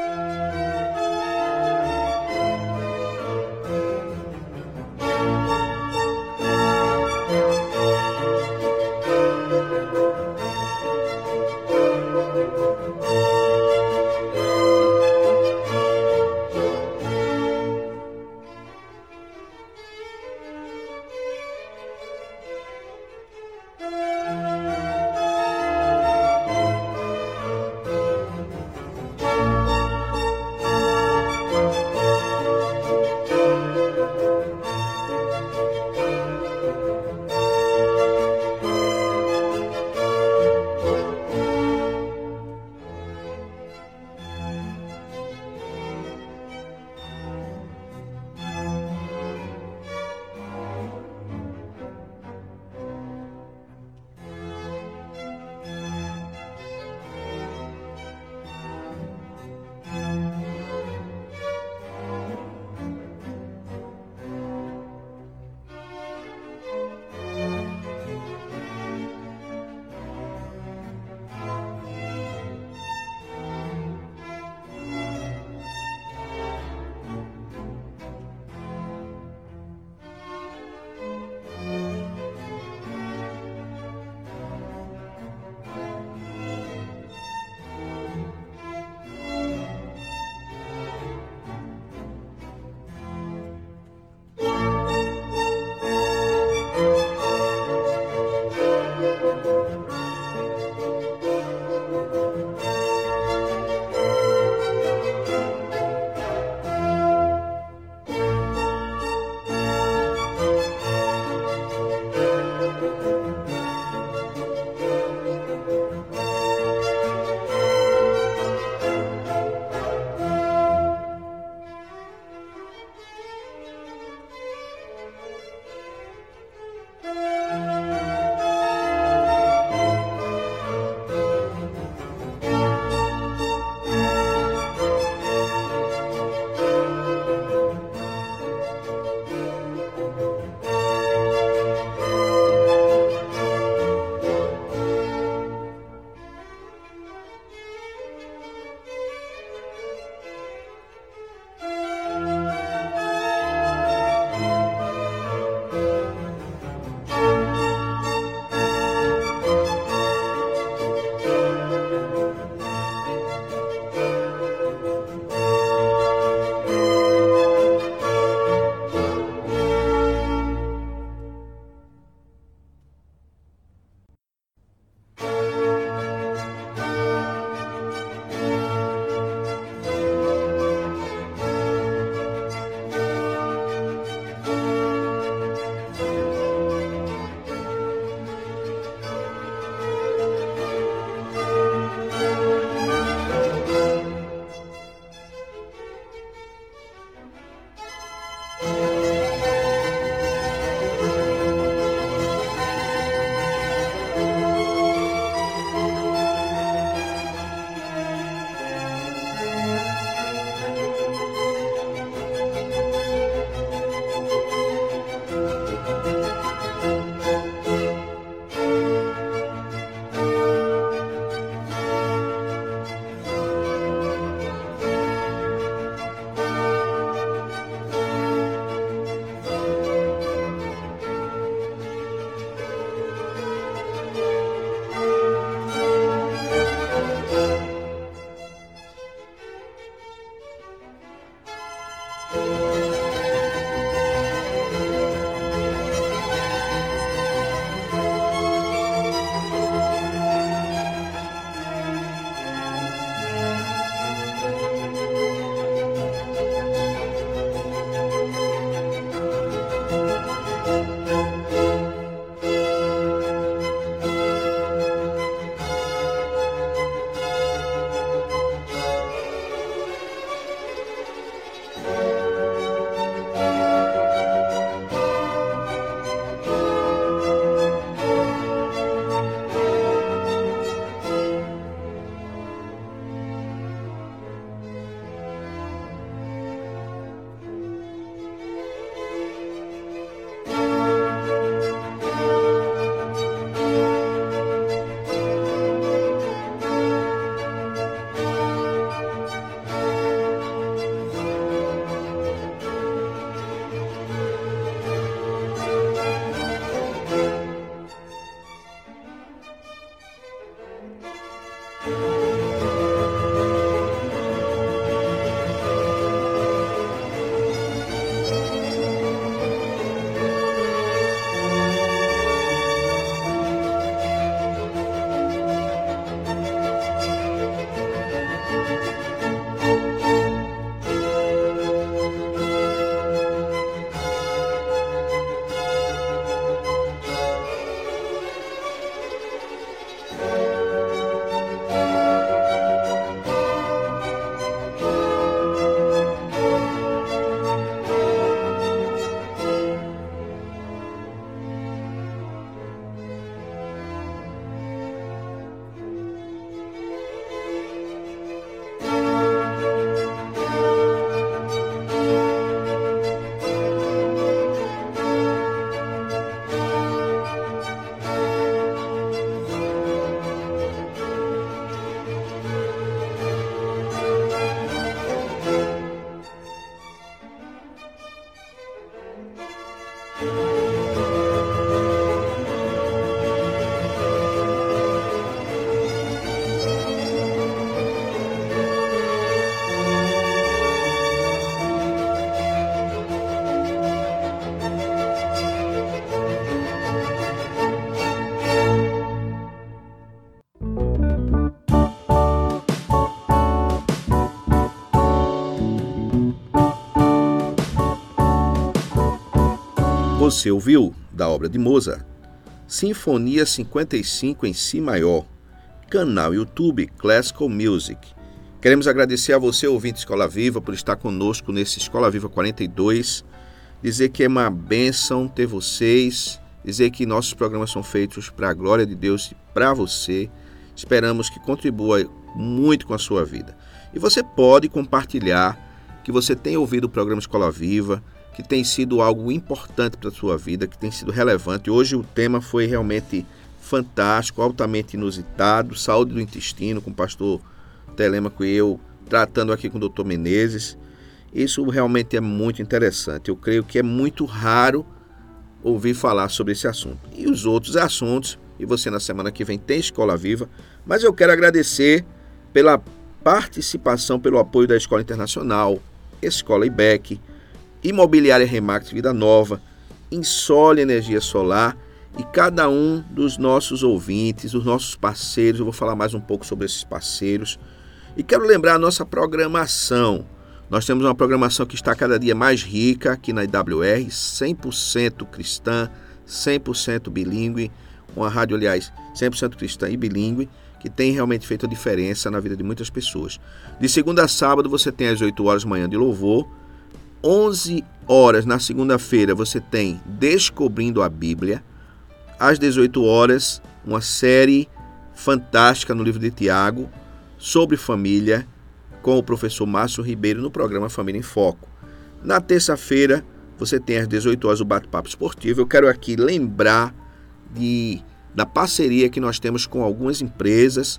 Você ouviu, da obra de Mozart, Sinfonia cinquenta e cinco em Si maior, canal YouTube Classical Music. Queremos agradecer a você, ouvinte Escola Viva, por estar conosco nesse Escola Viva quarenta e dois, dizer que é uma bênção ter vocês, dizer que nossos programas são feitos para a glória de Deus e para você. Esperamos que contribua muito com a sua vida. E você pode compartilhar que você tem ouvido o programa Escola Viva, que tem sido algo importante para a sua vida, que tem sido relevante. Hoje o tema foi realmente fantástico, altamente inusitado, saúde do intestino, com o pastor Telêmaco e eu tratando aqui com o doutor Menezes. Isso realmente é muito interessante. Eu creio que é muito raro ouvir falar sobre esse assunto. E os outros assuntos, e você na semana que vem tem Escola Viva, mas eu quero agradecer pela participação, pelo apoio da Escola Internacional, Escola I B E C, Imobiliária Remax Vida Nova, Insole Energia Solar e cada um dos nossos ouvintes, dos nossos parceiros. Eu vou falar mais um pouco sobre esses parceiros. E quero lembrar a nossa programação. Nós temos uma programação que está cada dia mais rica aqui na I W R, cem por cento cristã, cem por cento bilíngue, uma rádio, aliás, cem por cento cristã e bilíngue, que tem realmente feito a diferença na vida de muitas pessoas. De segunda a sábado você tem às oito horas da manhã de louvor, onze horas na segunda-feira você tem Descobrindo a Bíblia, às dezoito horas uma série fantástica no livro de Tiago sobre família, com o professor Márcio Ribeiro no programa Família em Foco. Na terça-feira você tem às dezoito horas o Bate-Papo Esportivo. Eu quero aqui lembrar de, da parceria que nós temos com algumas empresas,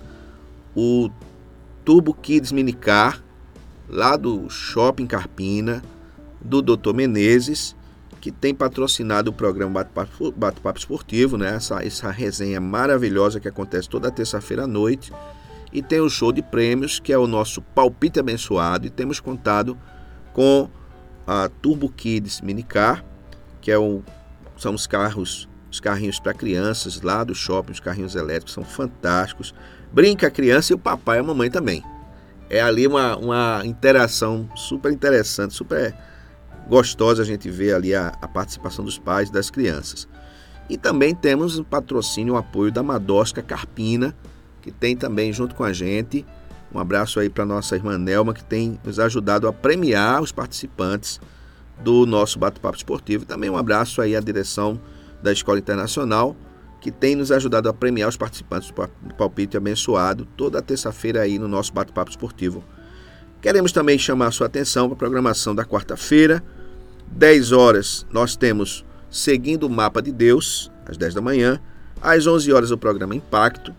o Turbo Kids Minicar, lá do Shopping Carpina, do doutor Menezes, que tem patrocinado o programa Bate-Papo, Bate-Papo Esportivo, né? essa, essa resenha maravilhosa que acontece toda terça-feira à noite. E tem o show de prêmios, que é o nosso Palpite Abençoado, e temos contado com a Turbo Kids Minicar, que é o, são os carros, os carrinhos para crianças lá do shopping, os carrinhos elétricos, são fantásticos. Brinca a criança e o papai e a mamãe também. É ali uma, uma interação super interessante, super gostosa a gente ver ali a, a participação dos pais e das crianças. E também temos o patrocínio, o apoio da Madosca Carpina, que tem também junto com a gente. Um abraço aí para nossa irmã Nelma, que tem nos ajudado a premiar os participantes do nosso Bate-Papo Esportivo. E também um abraço aí à direção da Escola Internacional, que tem nos ajudado a premiar os participantes do Palpite Abençoado toda terça-feira aí no nosso Bate-Papo Esportivo. Queremos também chamar a sua atenção para a programação da quarta-feira. dez horas nós temos Seguindo o Mapa de Deus, às dez da manhã. Às onze horas o programa Impacto.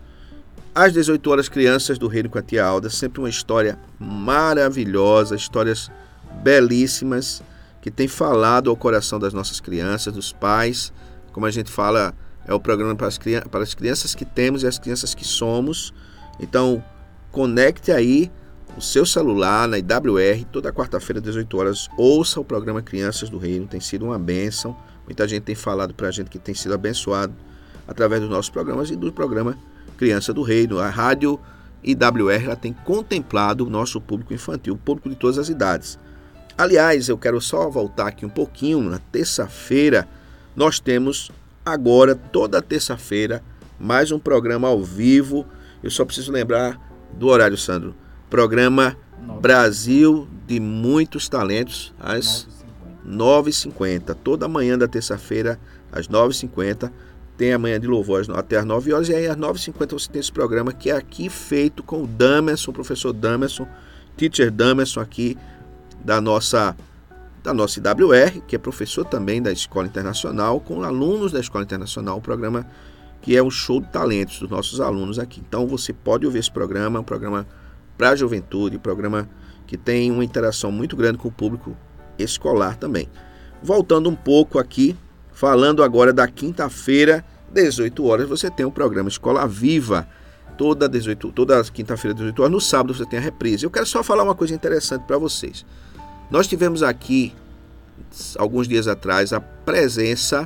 Às dezoito horas, Crianças do Reino com a Tia Alda, sempre uma história maravilhosa, histórias belíssimas, que tem falado ao coração das nossas crianças, dos pais. Como a gente fala, é o programa para as, crianças, para as crianças que temos e as crianças que somos. Então, conecte aí o seu celular na I W R, toda quarta-feira, às dezoito horas, ouça o programa Crianças do Reino, tem sido uma bênção. Muita gente tem falado para a gente que tem sido abençoado através dos nossos programas e do programa Criança do Reino. A rádio I W R ela tem contemplado o nosso público infantil, o público de todas as idades. Aliás, eu quero só voltar aqui um pouquinho. Na terça-feira, nós temos agora, toda terça-feira, mais um programa ao vivo. Eu só preciso lembrar do horário, Sandro. Programa Brasil de Muitos Talentos, às nove e cinquenta. Toda manhã da terça-feira, às nove e cinquenta. Tem a manhã de louvor até às nove horas, e aí às nove e cinquenta você tem esse programa que é aqui feito com o Damerson, o professor Damerson, teacher Damerson aqui da nossa, da nossa I W R, que é professor também da Escola Internacional, com alunos da Escola Internacional, um programa que é um show de talentos dos nossos alunos aqui. Então você pode ouvir esse programa, um programa para a juventude, um programa que tem uma interação muito grande com o público escolar também. Voltando um pouco aqui, falando agora da quinta-feira, dezoito horas, você tem o programa Escola Viva, toda, dezoito, toda quinta-feira, dezoito horas. No sábado você tem a reprise. Eu quero só falar uma coisa interessante para vocês. Nós tivemos aqui, alguns dias atrás, a presença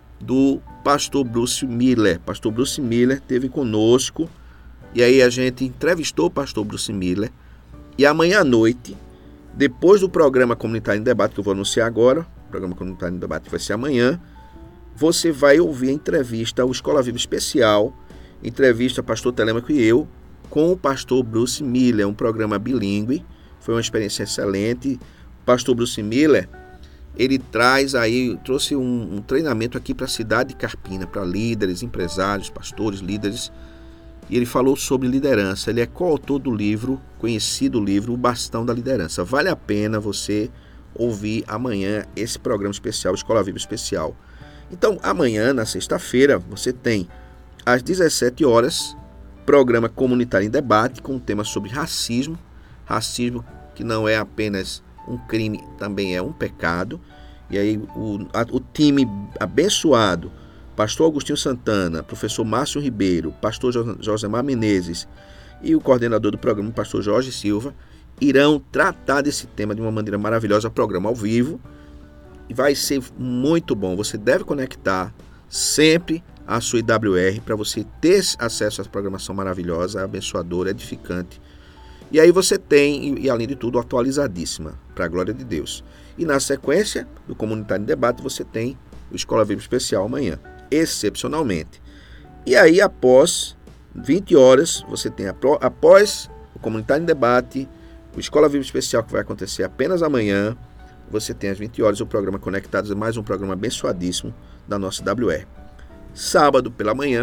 do pastor Bruce Miller. Pastor Bruce Miller esteve conosco, e aí a gente entrevistou o pastor Bruce Miller, e amanhã à noite, depois do programa Comunitário em Debate, que eu vou anunciar agora, o programa Comunitário em Debate vai ser amanhã, você vai ouvir a entrevista, o Escola Viva Especial, entrevista pastor Telêmaco e eu, com o pastor Bruce Miller, um programa bilíngue, foi uma experiência excelente. O pastor Bruce Miller, ele traz aí, trouxe um, um treinamento aqui para a cidade de Carpina, para líderes, empresários, pastores, líderes, e ele falou sobre liderança. Ele é coautor do livro, conhecido livro, O Bastão da Liderança. Vale a pena você ouvir amanhã esse programa especial, Escola Viva Especial. Então, amanhã, na sexta-feira, você tem, às dezessete horas, programa Comunitário em Debate, com um tema sobre racismo. Racismo que não é apenas um crime, também é um pecado. E aí o, a, o time abençoado, pastor Agostinho Santana, professor Márcio Ribeiro, pastor Josemar Menezes e o coordenador do programa, pastor Jorge Silva, irão tratar desse tema de uma maneira maravilhosa, programa ao vivo. E vai ser muito bom. Você deve conectar sempre a sua I W R para você ter acesso a essa programação maravilhosa, abençoadora, edificante. E aí você tem, e além de tudo, atualizadíssima, para a glória de Deus. E na sequência do Comunitário em Debate, você tem o Escola Viva Especial amanhã, excepcionalmente. E aí, após vinte horas, você tem, após o Comunitário em Debate, o Escola Viva Especial, que vai acontecer apenas amanhã, você tem às vinte horas o programa Conectados, mais um programa abençoadíssimo da nossa I W R. Sábado pela manhã,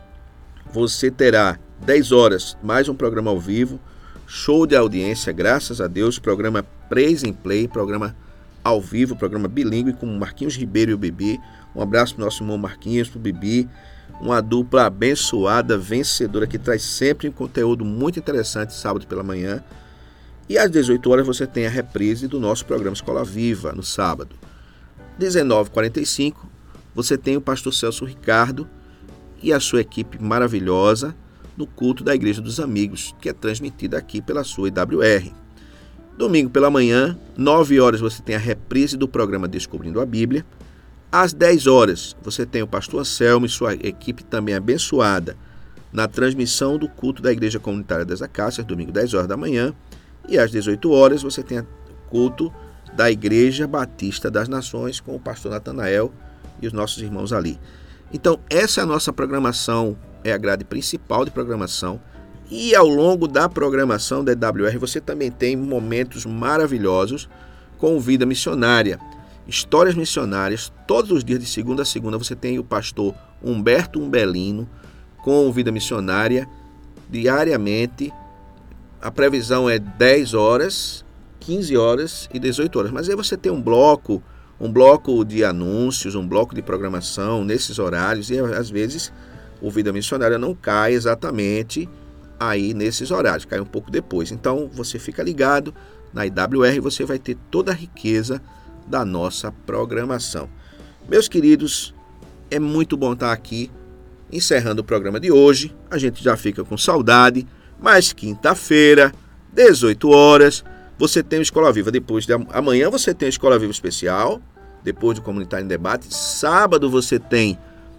você terá dez horas, mais um programa ao vivo, show de audiência, graças a Deus, programa Praise and Play, programa ao vivo, programa bilíngue com Marquinhos Ribeiro e o Bibi. Um abraço para o nosso irmão Marquinhos, para o Bibi, uma dupla abençoada, vencedora, que traz sempre um conteúdo muito interessante sábado pela manhã. E às dezoito horas você tem a reprise do nosso programa Escola Viva, no sábado. dezenove e quarenta e cinco, você tem o pastor Celso Ricardo e a sua equipe maravilhosa no culto da Igreja dos Amigos, que é transmitida aqui pela sua I W R. Domingo pela manhã, nove horas, você tem a reprise do programa Descobrindo a Bíblia. Às dez horas, você tem o pastor Anselmo e sua equipe também abençoada na transmissão do culto da Igreja Comunitária das Acácias, domingo dez horas da manhã. E às dezoito horas você tem o culto da Igreja Batista das Nações com o pastor Natanael e os nossos irmãos ali. Então, essa é a nossa programação, é a grade principal de programação. E ao longo da programação da I W R você também tem momentos maravilhosos com Vida Missionária, histórias missionárias. Todos os dias, de segunda a segunda, você tem o pastor Humberto Umbelino com Vida Missionária diariamente. A previsão é dez horas, quinze horas e dezoito horas. Mas aí você tem um bloco, um bloco de anúncios, um bloco de programação nesses horários. E às vezes o Vida Missionária não cai exatamente aí nesses horários, cai um pouco depois. Então você fica ligado na I W R e você vai ter toda a riqueza da nossa programação. Meus queridos, é muito bom estar aqui encerrando o programa de hoje. A gente já fica com saudade. Mas quinta-feira, dezoito horas, você tem o Escola Viva. Depois de amanhã você tem o Escola Viva Especial, depois do Comunitário em Debate. Sábado você tem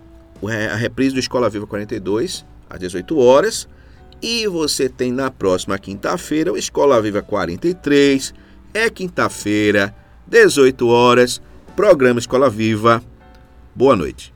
a reprise do Escola Viva quarenta e dois, às dezoito horas. E você tem na próxima quinta-feira o Escola Viva quarenta e três. É quinta-feira, dezoito horas, programa Escola Viva. Boa noite.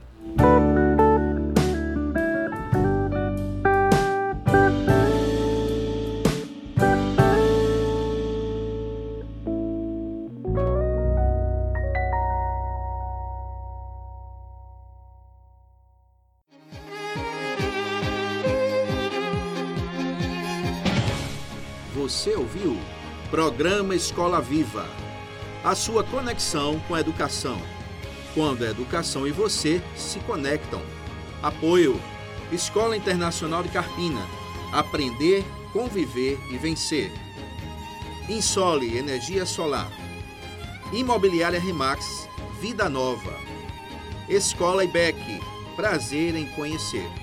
Você ouviu Programa Escola Viva, a sua conexão com a educação, quando a educação e você se conectam. Apoio Escola Internacional de Carpina, aprender, conviver e vencer. Insole Energia Solar, Imobiliária Remax, Vida Nova. Escola I B E C, prazer em conhecer.